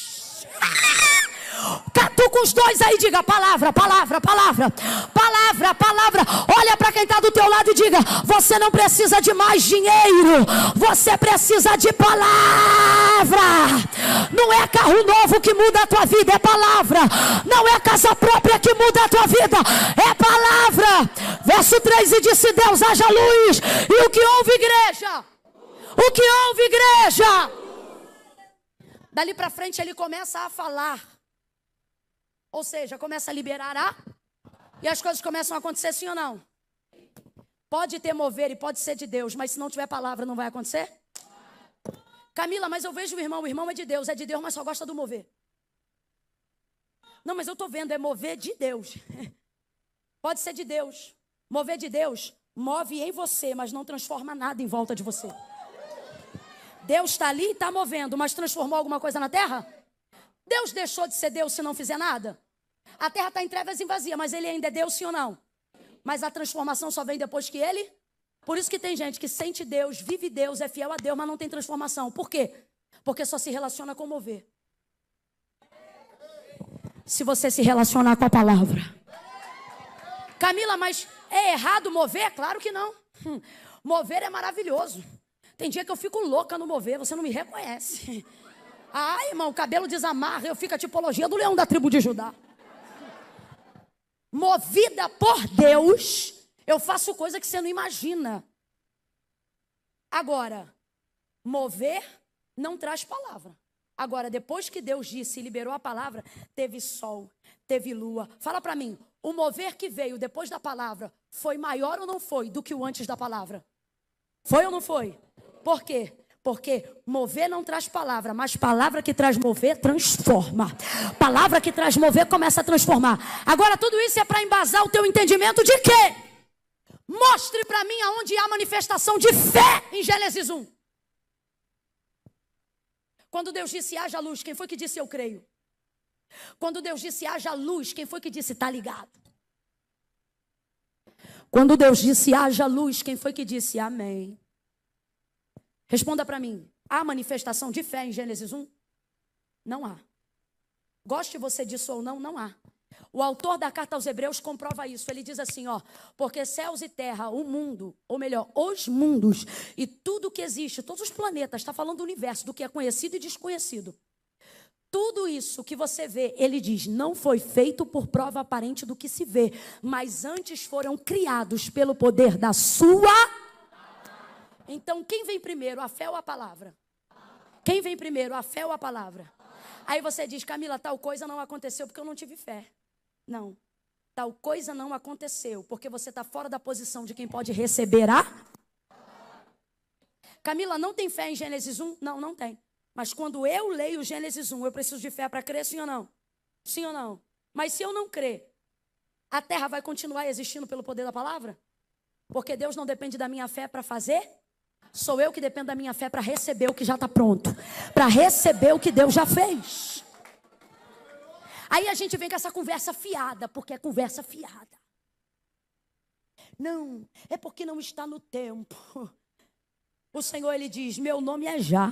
Catu com os dois aí, diga palavra, palavra, palavra, palavra, palavra. Olha para quem está do teu lado e e diga: você não precisa de mais dinheiro, você precisa de palavra. Não é carro novo que muda a tua vida, é palavra. Não é casa própria que muda a tua vida, é palavra. Verso três, e disse Deus: haja luz. E o que houve, igreja? O que houve, igreja? Dali para frente ele começa a falar. Ou seja, começa a liberar a... E as coisas começam a acontecer, sim ou não? Pode ter mover e pode ser de Deus, mas se não tiver palavra, não vai acontecer? Camila, mas eu vejo o irmão, o irmão é de Deus, é de Deus, mas só gosta do mover. Não, mas eu estou vendo, é mover de Deus. Pode ser de Deus. Mover de Deus, move em você, mas não transforma nada em volta de você. Deus está ali e está movendo, mas transformou alguma coisa na terra? Deus deixou de ser Deus se não fizer nada? A terra está em trevas e vazia, mas ele ainda é Deus, sim ou não? Mas a transformação só vem depois que ele... Por isso que tem gente que sente Deus, vive Deus, é fiel a Deus, mas não tem transformação. Por quê? Porque só se relaciona com mover. Se você se relacionar com a palavra. Camila, mas é errado mover? Claro que não. Hum, mover é maravilhoso. Tem dia que eu fico louca no mover, você não me reconhece. Ai, irmão, o cabelo desamarra, eu fico a tipologia do leão da tribo de Judá. Movida por Deus, eu faço coisa que você não imagina. Agora, mover não traz palavra. Agora, depois que Deus disse e liberou a palavra, teve sol, teve lua. Fala para mim, o mover que veio depois da palavra foi maior ou não foi do que o antes da palavra? Foi ou não foi? Por quê? Porque mover não traz palavra, mas palavra que traz mover transforma. Palavra que traz mover começa a transformar. Agora tudo isso é para embasar o teu entendimento de quê? Mostre para mim aonde há manifestação de fé em Gênesis um. Quando Deus disse haja luz, quem foi que disse eu creio? Quando Deus disse haja luz, quem foi que disse tá ligado? Quando Deus disse haja luz, quem foi que disse amém? Responda para mim, há manifestação de fé em Gênesis um? Não há. Goste você disso ou não, não há. O autor da carta aos Hebreus comprova isso. Ele diz assim, ó, porque céus e terra, o mundo, ou melhor, os mundos e tudo que existe, todos os planetas, está falando do universo, do que é conhecido e desconhecido. Tudo isso que você vê, ele diz, não foi feito por prova aparente do que se vê, mas antes foram criados pelo poder da sua... Então, quem vem primeiro, a fé ou a palavra? Quem vem primeiro, a fé ou a palavra? Aí você diz, Camila, tal coisa não aconteceu porque eu não tive fé. Não, tal coisa não aconteceu porque você está fora da posição de quem pode receber a... Camila, não tem fé em Gênesis um? Não, não tem. Mas quando eu leio Gênesis um, eu preciso de fé para crer, sim ou não? Sim ou não? Mas se eu não crer, a terra vai continuar existindo pelo poder da palavra? Porque Deus não depende da minha fé para fazer? Sou eu que dependo da minha fé para receber o que já está pronto. Para receber o que Deus já fez. Aí a gente vem com essa conversa fiada, porque é conversa fiada. Não, é porque não está no tempo. O Senhor, Ele diz, meu nome é já.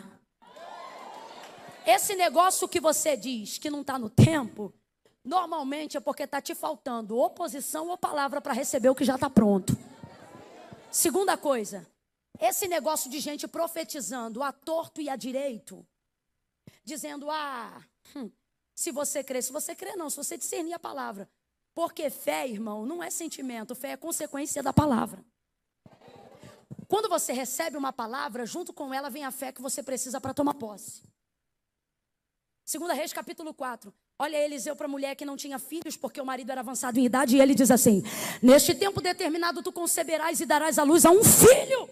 Esse negócio que você diz que não está no tempo, normalmente é porque está te faltando oposição ou palavra para receber o que já está pronto. Segunda coisa, esse negócio de gente profetizando a torto e a direito, dizendo, ah, hum, se você crer, se você crer não, se você discernir a palavra. Porque fé, irmão, não é sentimento, fé é consequência da palavra. Quando você recebe uma palavra, junto com ela vem a fé que você precisa para tomar posse. Segunda Reis, capítulo quatro. Olha Eliseu para a mulher que não tinha filhos, porque o marido era avançado em idade, e ele diz assim, neste tempo determinado tu conceberás e darás à luz a um filho.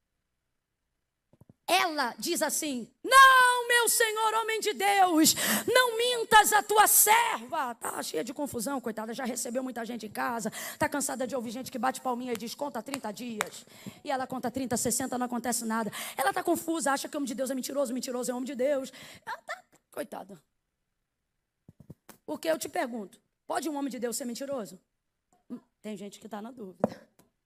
Ela diz assim, não, meu Senhor, homem de Deus, não mintas a tua serva. Tá cheia de confusão, coitada, já recebeu muita gente em casa, tá cansada de ouvir gente que bate palminha e diz, conta trinta dias. E ela conta trinta, sessenta, não acontece nada. Ela tá confusa, acha que o homem de Deus é mentiroso, mentiroso é homem de Deus. Ela tá, coitada. Porque eu te pergunto, pode um homem de Deus ser mentiroso? Tem gente que está na dúvida.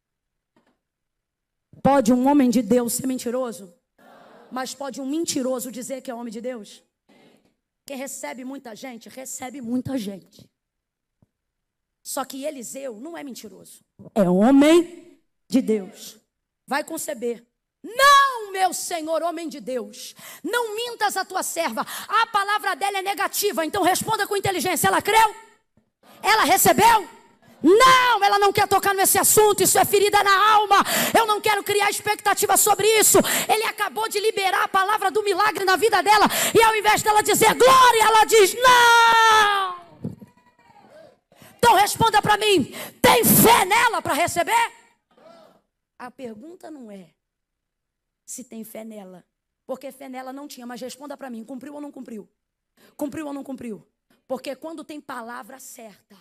Pode um homem de Deus ser mentiroso? Mas pode um mentiroso dizer que é homem de Deus? Quem recebe muita gente, recebe muita gente. Só que Eliseu não é mentiroso. É homem de Deus. Vai conceber. Não, meu Senhor, homem de Deus, não mintas a tua serva. A palavra dela é negativa, então responda com inteligência. Ela creu? Ela recebeu? Não, ela não quer tocar nesse assunto, isso é ferida na alma. Eu não quero criar expectativa sobre isso. Ele acabou de liberar a palavra do milagre na vida dela, e ao invés dela dizer glória, ela diz não. Então responda para mim, tem fé nela para receber? A pergunta não é se tem fé nela, porque fé nela não tinha, mas responda para mim, cumpriu ou não cumpriu? Cumpriu ou não cumpriu? Porque quando tem palavra certa,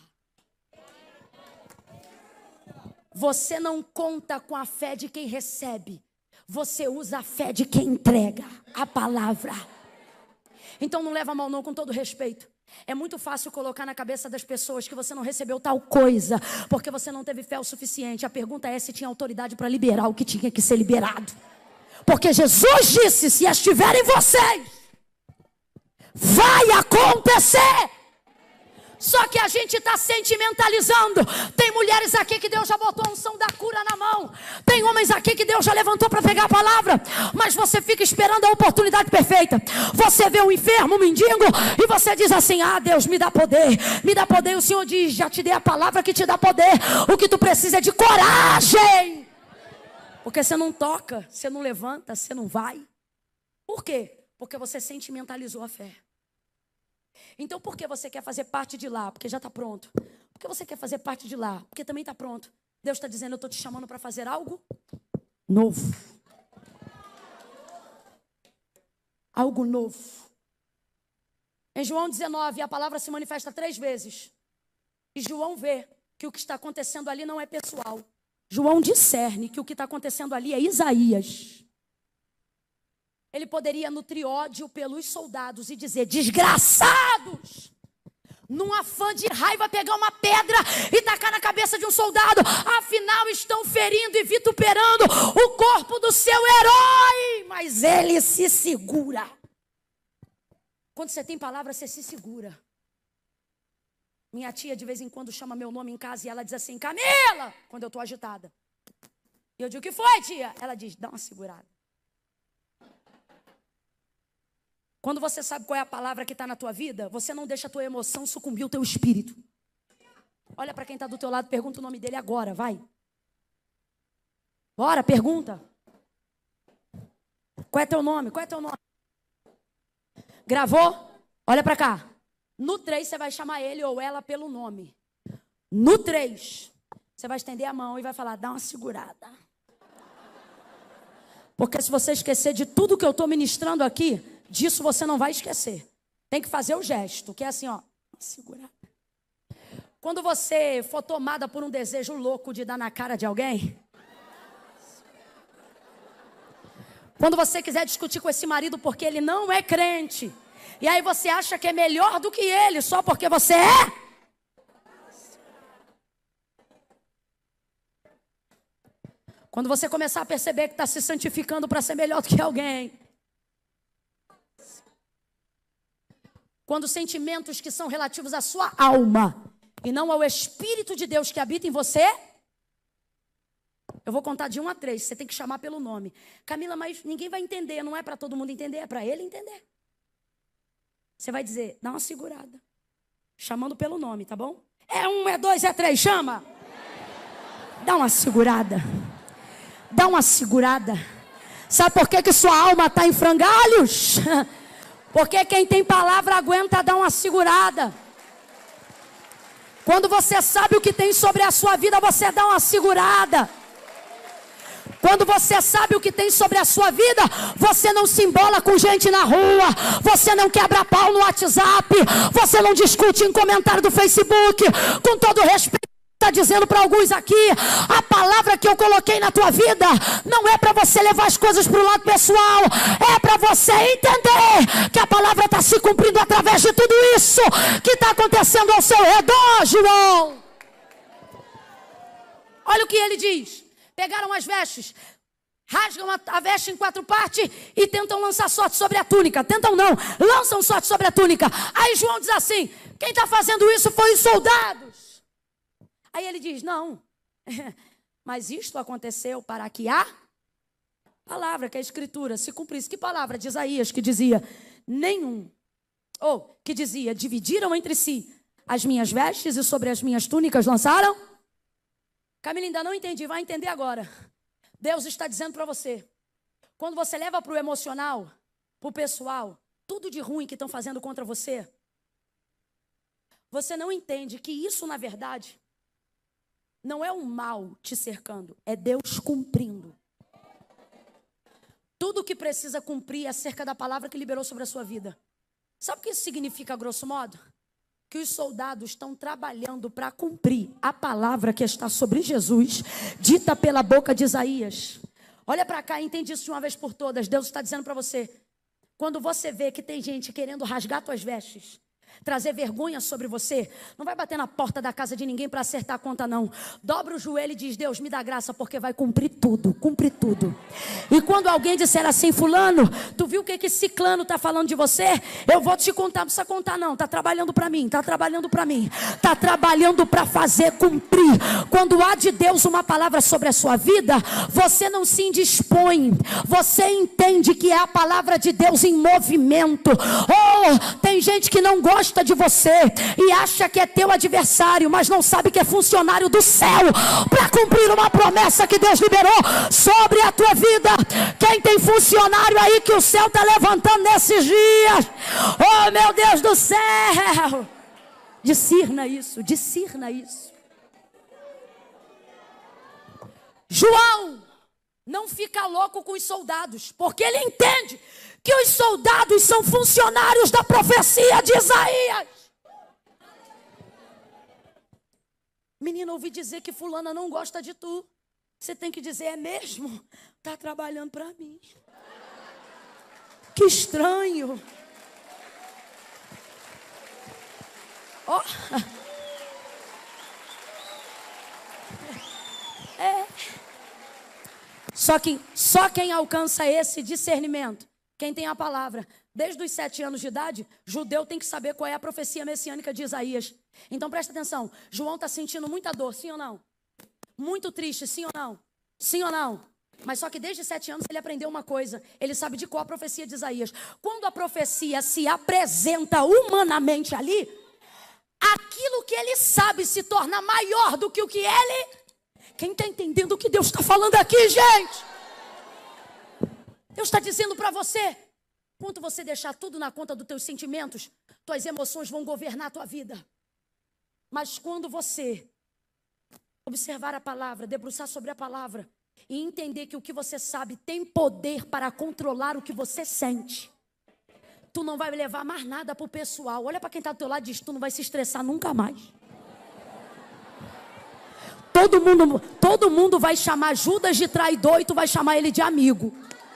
você não conta com a fé de quem recebe, você usa a fé de quem entrega a palavra. Então não leva mal não, com todo respeito. É muito fácil colocar na cabeça das pessoas que você não recebeu tal coisa, porque você não teve fé o suficiente. A pergunta é se tinha autoridade para liberar o que tinha que ser liberado. Porque Jesus disse, se estiver em vocês, vai acontecer. Só que a gente está sentimentalizando. Tem mulheres aqui que Deus já botou a unção da cura na mão. Tem homens aqui que Deus já levantou para pegar a palavra. Mas você fica esperando a oportunidade perfeita. Você vê um enfermo, um mendigo, e você diz assim, ah, Deus, me dá poder. Me dá poder. E o Senhor diz, já te dei a palavra que te dá poder. O que tu precisa é de coragem. Porque você não toca, você não levanta, você não vai. Por quê? Porque você sentimentalizou a fé. Então por que você quer fazer parte de lá? Porque já está pronto. Por que você quer fazer parte de lá? Porque também está pronto. Deus está dizendo, eu estou te chamando para fazer algo novo. Algo novo. Em João dezenove, a palavra se manifesta três vezes. E João vê que o que está acontecendo ali não é pessoal. João discerne que o que está acontecendo ali é Isaías. Ele poderia nutrir ódio pelos soldados e dizer, desgraçados, num afã de raiva, pegar uma pedra e tacar na cabeça de um soldado. Afinal, estão ferindo e vituperando o corpo do seu herói. Mas ele se segura. Quando você tem palavra, você se segura. Minha tia, de vez em quando, chama meu nome em casa e ela diz assim, Camila, quando eu estou agitada. E eu digo, o que foi, tia? Ela diz, dá uma segurada. Quando você sabe qual é a palavra que está na tua vida, você não deixa a tua emoção sucumbir o teu espírito. Olha para quem está do teu lado, pergunta o nome dele agora, vai. Bora, pergunta. Qual é teu nome? Qual é teu nome? Gravou? Olha para cá. No três, você vai chamar ele ou ela pelo nome. No três, você vai estender a mão e vai falar, dá uma segurada. Porque se você esquecer de tudo que eu estou ministrando aqui, disso você não vai esquecer. Tem que fazer o gesto, que é assim, ó, segurada. Quando você for tomada por um desejo louco de dar na cara de alguém, quando você quiser discutir com esse marido porque ele não é crente, e aí você acha que é melhor do que ele só porque você é? Quando você começar a perceber que está se santificando para ser melhor do que alguém. Quando sentimentos que são relativos à sua alma e não ao Espírito de Deus que habita em você. Eu vou contar de um a três, você tem que chamar pelo nome. Camila, mas ninguém vai entender, não é para todo mundo entender, é para ele entender. Você vai dizer, dá uma segurada. Chamando pelo nome, tá bom? É um, é dois, é três, chama. Dá uma segurada. Dá uma segurada. Sabe por que que sua alma está em frangalhos? Porque quem tem palavra aguenta dar uma segurada. Quando você sabe o que tem sobre a sua vida, você dá uma segurada. Quando você sabe o que tem sobre a sua vida, você não se embola com gente na rua, você não quebra pau no WhatsApp, você não discute em comentário do Facebook. Com todo respeito, está dizendo para alguns aqui, a palavra que eu coloquei na tua vida não é para você levar as coisas para o lado pessoal, é para você entender que a palavra está se cumprindo através de tudo isso que está acontecendo ao seu redor, João. Olha o que ele diz. Pegaram as vestes, rasgam a, a veste em quatro partes e tentam lançar sorte sobre a túnica. Tentam não, lançam sorte sobre a túnica. Aí João diz assim, quem está fazendo isso foi os soldados. Aí ele diz, não, Mas isto aconteceu para que a palavra, que é a escritura, se cumprisse. Que palavra? De Isaías, que dizia, nenhum. Ou, que dizia, dividiram entre si as minhas vestes e sobre as minhas túnicas lançaram? Camila, ainda não entendi, vai entender agora. Deus está dizendo para você, quando você leva para o emocional, para o pessoal, tudo de ruim que estão fazendo contra você, você não entende que isso, na verdade, não é o mal te cercando, é Deus cumprindo. Tudo o que precisa cumprir é acerca da palavra que liberou sobre a sua vida. Sabe o que isso significa, grosso modo? Que os soldados estão trabalhando para cumprir a palavra que está sobre Jesus, dita pela boca de Isaías. Olha para cá e entende isso de uma vez por todas. Deus está dizendo para você, quando você vê que tem gente querendo rasgar tuas vestes, trazer vergonha sobre você, não vai bater na porta da casa de ninguém para acertar a conta, não. Dobra o joelho e diz, Deus, me dá graça, porque vai cumprir tudo, cumprir tudo. E quando alguém disser assim, fulano, tu viu o que que ciclano está falando de você? Eu vou te contar, não precisa contar não, está trabalhando para mim, está trabalhando para mim, está trabalhando para fazer cumprir. Quando há de Deus uma palavra sobre a sua vida, você não se indispõe, você entende que é a palavra de Deus em movimento. Oh, tem gente que não gosta de você e acha que é teu adversário, mas não sabe que é funcionário do céu para cumprir uma promessa que Deus liberou sobre a tua vida. Quem tem funcionário aí que o céu está levantando nesses dias? Oh, meu Deus do céu! Discirna isso, discirna isso. João não fica louco com os soldados, porque ele entende que os soldados são funcionários da profecia de Isaías. Menina, ouvi dizer que fulana não gosta de tu. Você tem que dizer, é mesmo? Tá trabalhando para mim. Que estranho. Oh. É. Só que só quem alcança esse discernimento, quem tem a palavra, desde os sete anos de idade, judeu tem que saber qual é a profecia messiânica de Isaías. Então presta atenção, João está sentindo muita dor, sim ou não? Muito triste, sim ou não? Sim ou não? Mas só que desde sete anos ele aprendeu uma coisa, ele sabe de qual a profecia de Isaías. Quando a profecia se apresenta humanamente ali, aquilo que ele sabe se torna maior do que o que ele... Quem está entendendo o que Deus está falando aqui, gente? Deus está dizendo para você, quando você deixar tudo na conta dos teus sentimentos, tuas emoções vão governar a tua vida. Mas quando você observar a palavra, debruçar sobre a palavra e entender que o que você sabe tem poder para controlar o que você sente, tu não vai levar mais nada para o pessoal. Olha para quem está do teu lado e diz, tu não vai se estressar nunca mais. Todo mundo, todo mundo vai chamar Judas de traidor e tu vai chamar ele de amigo.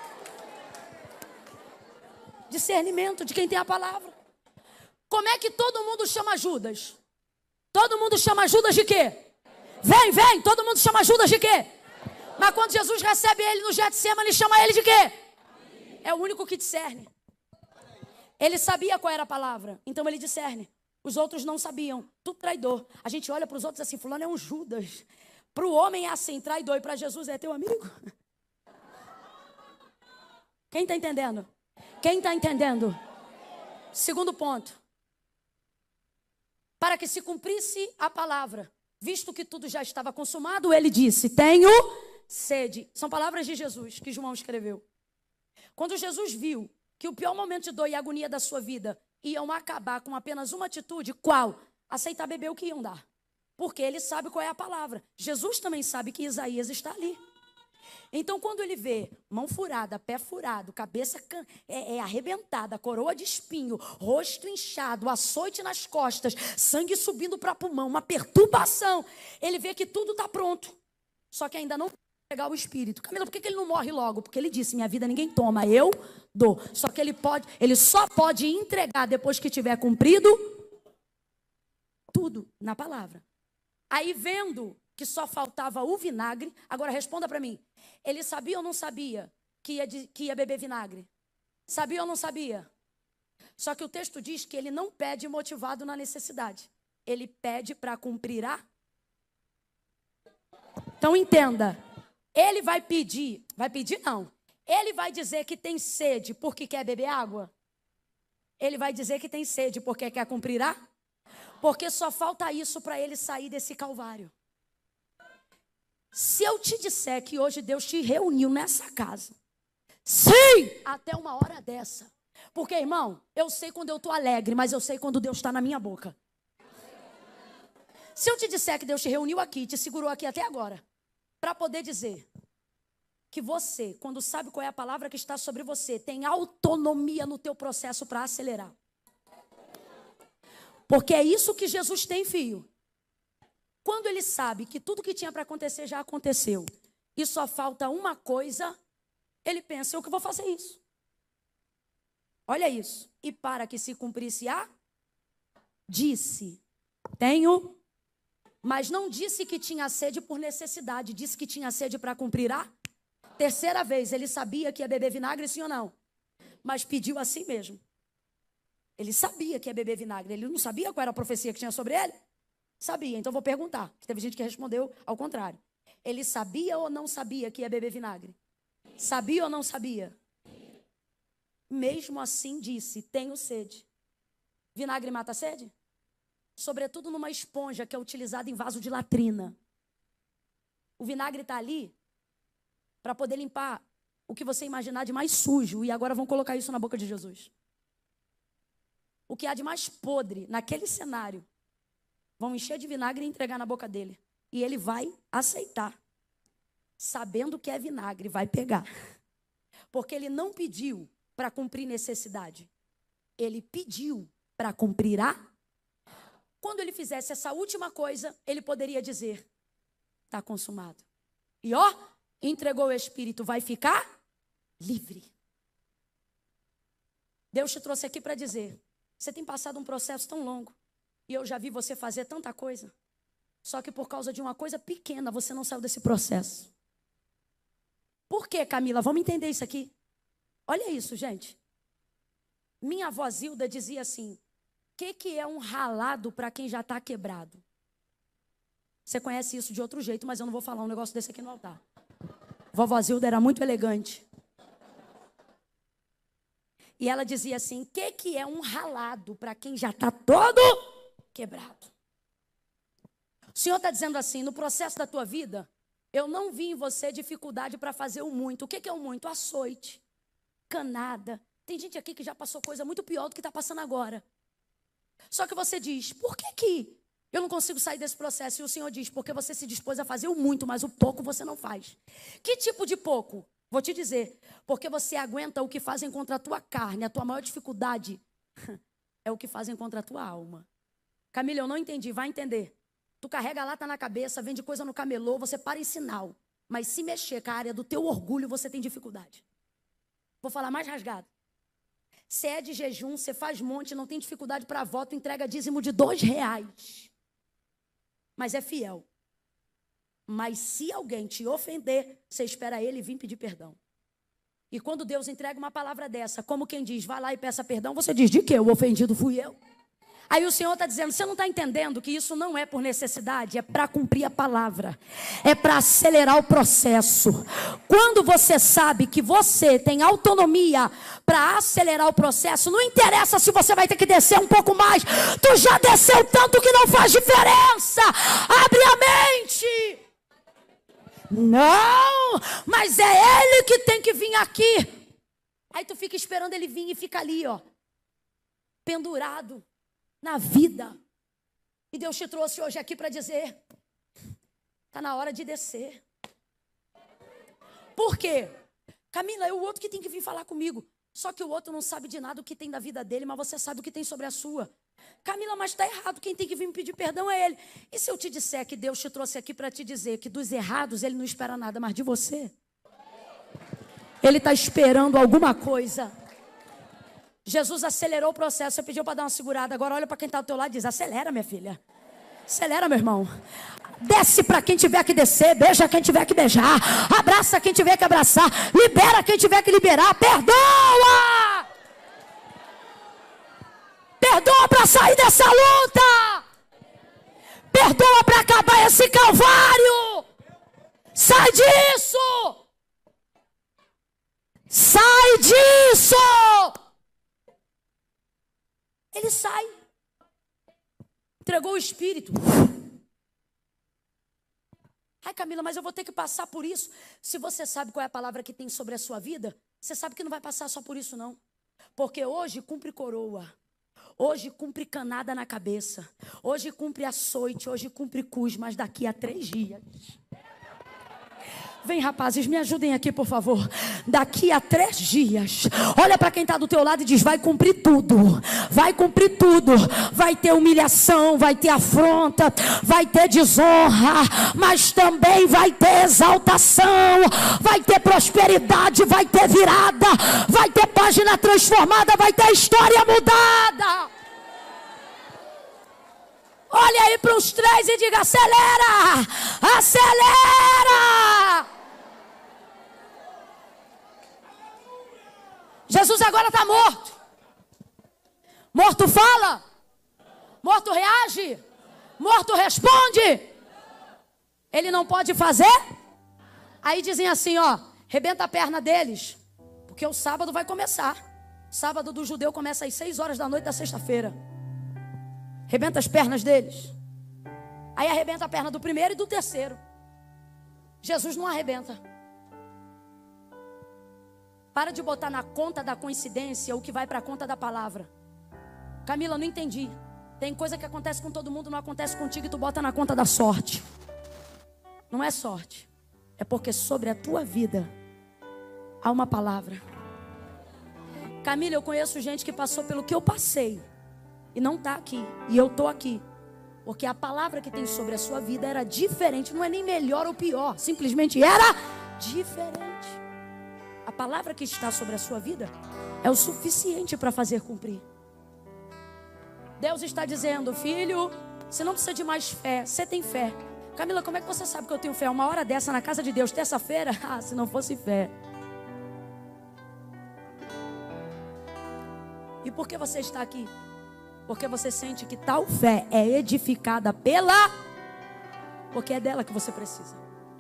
Discernimento de quem tem a palavra. Como é que todo mundo chama Judas? Todo mundo chama Judas de quê? Vem, vem, todo mundo chama Judas de quê? Mas quando Jesus recebe ele no Getsemane, ele chama ele de quê? É o único que discerne. Ele sabia qual era a palavra, então ele discerne. Os outros não sabiam, tu traidor. A gente olha para os outros assim, fulano é um Judas. Para o homem é assim, traidor, e para Jesus é teu amigo. Quem está entendendo? Quem está entendendo? Segundo ponto. Para que se cumprisse a palavra, visto que tudo já estava consumado, ele disse, tenho sede. São palavras de Jesus que João escreveu. Quando Jesus viu que o pior momento de dor e agonia da sua vida iam acabar com apenas uma atitude, qual? Aceitar beber o que iam dar. Porque ele sabe qual é a palavra. Jesus também sabe que Isaías está ali. Então, quando ele vê mão furada, pé furado, cabeça é, é arrebentada, coroa de espinho, rosto inchado, açoite nas costas, sangue subindo para pulmão, uma perturbação, ele vê que tudo está pronto. Só que ainda não pegar o espírito. Camila, por que que ele não morre logo? Porque ele disse, minha vida ninguém toma, eu dou. Só que ele pode, ele só pode entregar depois que tiver cumprido tudo na palavra. Aí vendo que só faltava o vinagre, agora responda para mim, ele sabia ou não sabia que ia, que ia beber vinagre? Sabia ou não sabia? Só que o texto diz que ele não pede motivado na necessidade. Ele pede para cumprir a... Então entenda, ele vai pedir, vai pedir não, ele vai dizer que tem sede porque quer beber água? Ele vai dizer que tem sede porque quer cumprir a? Porque só falta isso para ele sair desse calvário. Se eu te disser que hoje Deus te reuniu nessa casa, sim, até uma hora dessa. Porque, irmão, eu sei quando eu estou alegre, mas eu sei quando Deus está na minha boca. Se eu te disser que Deus te reuniu aqui, te segurou aqui até agora, para poder dizer que você, quando sabe qual é a palavra que está sobre você, tem autonomia no teu processo para acelerar. Porque é isso que Jesus tem, filho. Quando ele sabe que tudo que tinha para acontecer já aconteceu, e só falta uma coisa, ele pensa, eu que vou fazer isso. Olha isso. E para que se cumprisse a, disse, tenho, mas não disse que tinha sede por necessidade, disse que tinha sede para cumprir a. Terceira vez, ele sabia que ia beber vinagre, sim ou não? Mas pediu assim mesmo. Ele sabia que ia beber vinagre. Ele não sabia qual era a profecia que tinha sobre ele? Sabia, então vou perguntar. Teve gente que respondeu ao contrário. Ele sabia ou não sabia que ia beber vinagre? Sabia ou não sabia? Mesmo assim disse, tenho sede. Vinagre mata a sede? Sobretudo numa esponja que é utilizada em vaso de latrina. O vinagre está ali para poder limpar o que você imaginar de mais sujo. E agora vão colocar isso na boca de Jesus. O que há de mais podre naquele cenário, vão encher de vinagre e entregar na boca dele. E ele vai aceitar. Sabendo que é vinagre, vai pegar. Porque ele não pediu para cumprir necessidade. Ele pediu para cumprir a. Quando ele fizesse essa última coisa, ele poderia dizer, está consumado. E ó, entregou o Espírito, vai ficar livre. Deus te trouxe aqui para dizer, você tem passado um processo tão longo, e eu já vi você fazer tanta coisa, só que por causa de uma coisa pequena, você não saiu desse processo. Por quê, Camila? Vamos entender isso aqui. Olha isso, gente. Minha avó Zilda dizia assim, o que, que é um ralado para quem já está quebrado? Você conhece isso de outro jeito, mas eu não vou falar um negócio desse aqui no altar. Vovó Zilda era muito elegante. E ela dizia assim, o que, que é um ralado para quem já está todo quebrado? O Senhor está dizendo assim, no processo da tua vida, eu não vi em você dificuldade para fazer o muito. O que, que é o muito? Açoite, canada. Tem gente aqui que já passou coisa muito pior do que está passando agora. Só que você diz, por que que eu não consigo sair desse processo? E o Senhor diz, porque você se dispôs a fazer o muito, mas o pouco você não faz. Que tipo de pouco? Vou te dizer, porque você aguenta o que fazem contra a tua carne. A tua maior dificuldade é o que fazem contra a tua alma. Camila, eu não entendi, vai entender. Tu carrega a lata na cabeça, vende coisa no camelô, você para em sinal. Mas se mexer com a área do teu orgulho, você tem dificuldade. Vou falar mais rasgado. Você é de jejum, você faz monte, não tem dificuldade para voto, entrega dízimo de dois reais. Mas é fiel. Mas se alguém te ofender, você espera ele vir pedir perdão. E quando Deus entrega uma palavra dessa, como quem diz, vai lá e peça perdão, você diz, de quê? O ofendido fui eu. Aí o Senhor está dizendo, você não está entendendo que isso não é por necessidade, é para cumprir a palavra. É para acelerar o processo. Quando você sabe que você tem autonomia para acelerar o processo, não interessa se você vai ter que descer um pouco mais. Tu já desceu tanto que não faz diferença. Abre a mente. Não, mas é ele que tem que vir aqui. Aí tu fica esperando ele vir e fica ali, ó, pendurado na vida. E Deus te trouxe hoje aqui para dizer, está na hora de descer. Por quê? Camila, é o outro que tem que vir falar comigo. Só que o outro não sabe de nada o que tem da vida dele, mas você sabe o que tem sobre a sua. Camila, mas está errado, quem tem que vir me pedir perdão é ele. E se eu te disser que Deus te trouxe aqui para te dizer que dos errados ele não espera nada, mas de você? Ele está esperando alguma coisa. Jesus acelerou o processo, você pediu para dar uma segurada, agora olha para quem está do teu lado e diz, acelera minha filha, acelera meu irmão. Desce para quem tiver que descer, beija quem tiver que beijar, abraça quem tiver que abraçar, libera quem tiver que liberar, perdoa! Perdoa para sair dessa luta! Perdoa para acabar esse calvário! Sai disso! Sai disso! Ele sai. Entregou o espírito. Ai, Camila, mas eu vou ter que passar por isso. Se você sabe qual é a palavra que tem sobre a sua vida, você sabe que não vai passar só por isso, não. Porque hoje cumpre coroa. Hoje cumpre canada na cabeça. Hoje cumpre açoite. Hoje cumpre cus. Mas daqui a três dias... Vem, rapazes, me ajudem aqui, por favor. Daqui a três dias, olha para quem está do teu lado e diz: vai cumprir tudo. Vai cumprir tudo. Vai ter humilhação, vai ter afronta, vai ter desonra, mas também vai ter exaltação, vai ter prosperidade, vai ter virada, vai ter página transformada, vai ter história mudada. Olha aí para os três e diga: acelera, acelera. Jesus agora está morto. Morto fala. Morto reage. Morto responde. Ele não pode fazer. Aí dizem assim, ó: rebenta a perna deles, porque o sábado vai começar. Sábado do judeu começa às seis horas da noite da sexta-feira. Rebenta as pernas deles. Aí arrebenta a perna do primeiro e do terceiro. Jesus não arrebenta. Para de botar na conta da coincidência o que vai para a conta da palavra. Camila, não entendi. Tem coisa que acontece com todo mundo, não acontece contigo, e tu bota na conta da sorte. Não é sorte. É porque sobre a tua vida há uma palavra. Camila, eu conheço gente que passou pelo que eu passei e não está aqui. E eu estou aqui. Porque a palavra que tem sobre a sua vida era diferente. Não é nem melhor ou pior. Simplesmente era diferente. A palavra que está sobre a sua vida é o suficiente para fazer cumprir. Deus está dizendo: filho, você não precisa de mais fé. Você tem fé. Camila, como é que você sabe que eu tenho fé? Uma hora dessa na casa de Deus, terça-feira? Ah, se não fosse fé. E por que você está aqui? Porque você sente que tal fé é edificada pela... Porque é dela que você precisa.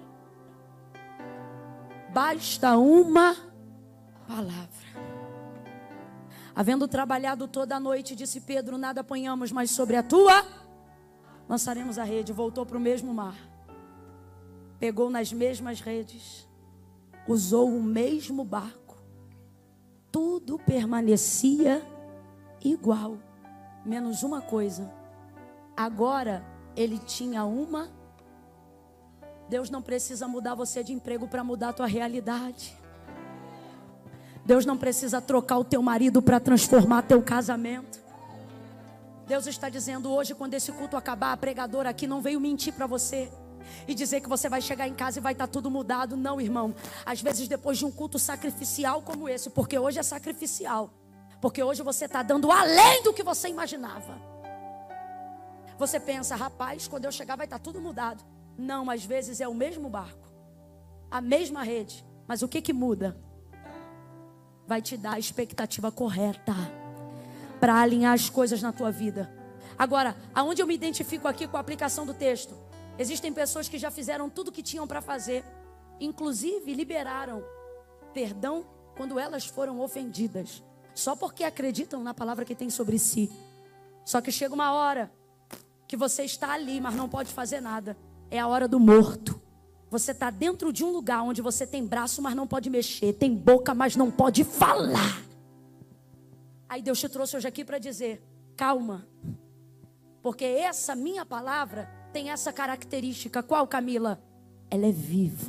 Basta uma palavra. Havendo trabalhado toda a noite, disse Pedro: nada apanhamos, mas sobre a tua lançaremos a rede. Voltou para o mesmo mar. Pegou nas mesmas redes. Usou o mesmo barco. Tudo permanecia igual. Menos uma coisa. Agora ele tinha uma. Deus não precisa mudar você de emprego para mudar a tua realidade. Deus não precisa trocar o teu marido para transformar teu casamento. Deus está dizendo hoje, quando esse culto acabar, a pregadora aqui não veio mentir para você e dizer que você vai chegar em casa e vai estar tudo mudado. Não, irmão. Às vezes depois de um culto sacrificial como esse, porque hoje é sacrificial, porque hoje você está dando além do que você imaginava. Você pensa: rapaz, quando eu chegar vai estar tudo mudado. Não, às vezes é o mesmo barco, a mesma rede, mas o que que muda? Vai te dar a expectativa correta para alinhar as coisas na tua vida. Agora, aonde eu me identifico aqui com a aplicação do texto? Existem pessoas que já fizeram tudo o que tinham para fazer, inclusive liberaram perdão quando elas foram ofendidas, só porque acreditam na palavra que tem sobre si. Só que chega uma hora que você está ali, mas não pode fazer nada. É a hora do morto. Você está dentro de um lugar onde você tem braço, mas não pode mexer. Tem boca, mas não pode falar. Aí Deus te trouxe hoje aqui para dizer: calma. Porque essa minha palavra tem essa característica. Qual, Camila? Ela é viva.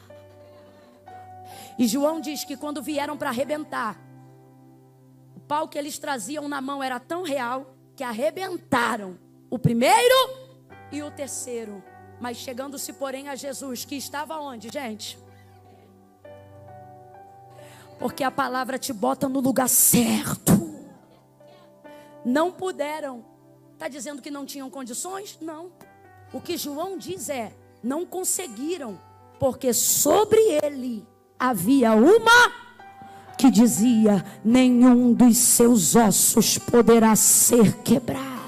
E João diz que quando vieram para arrebentar, o pau que eles traziam na mão era tão real que arrebentaram o primeiro e o terceiro. Mas chegando-se, porém, a Jesus, que estava onde, gente? Porque a palavra te bota no lugar certo. Não puderam. Está dizendo que não tinham condições? Não. O que João diz é: não conseguiram, porque sobre ele havia uma que dizia: nenhum dos seus ossos poderá ser quebrado.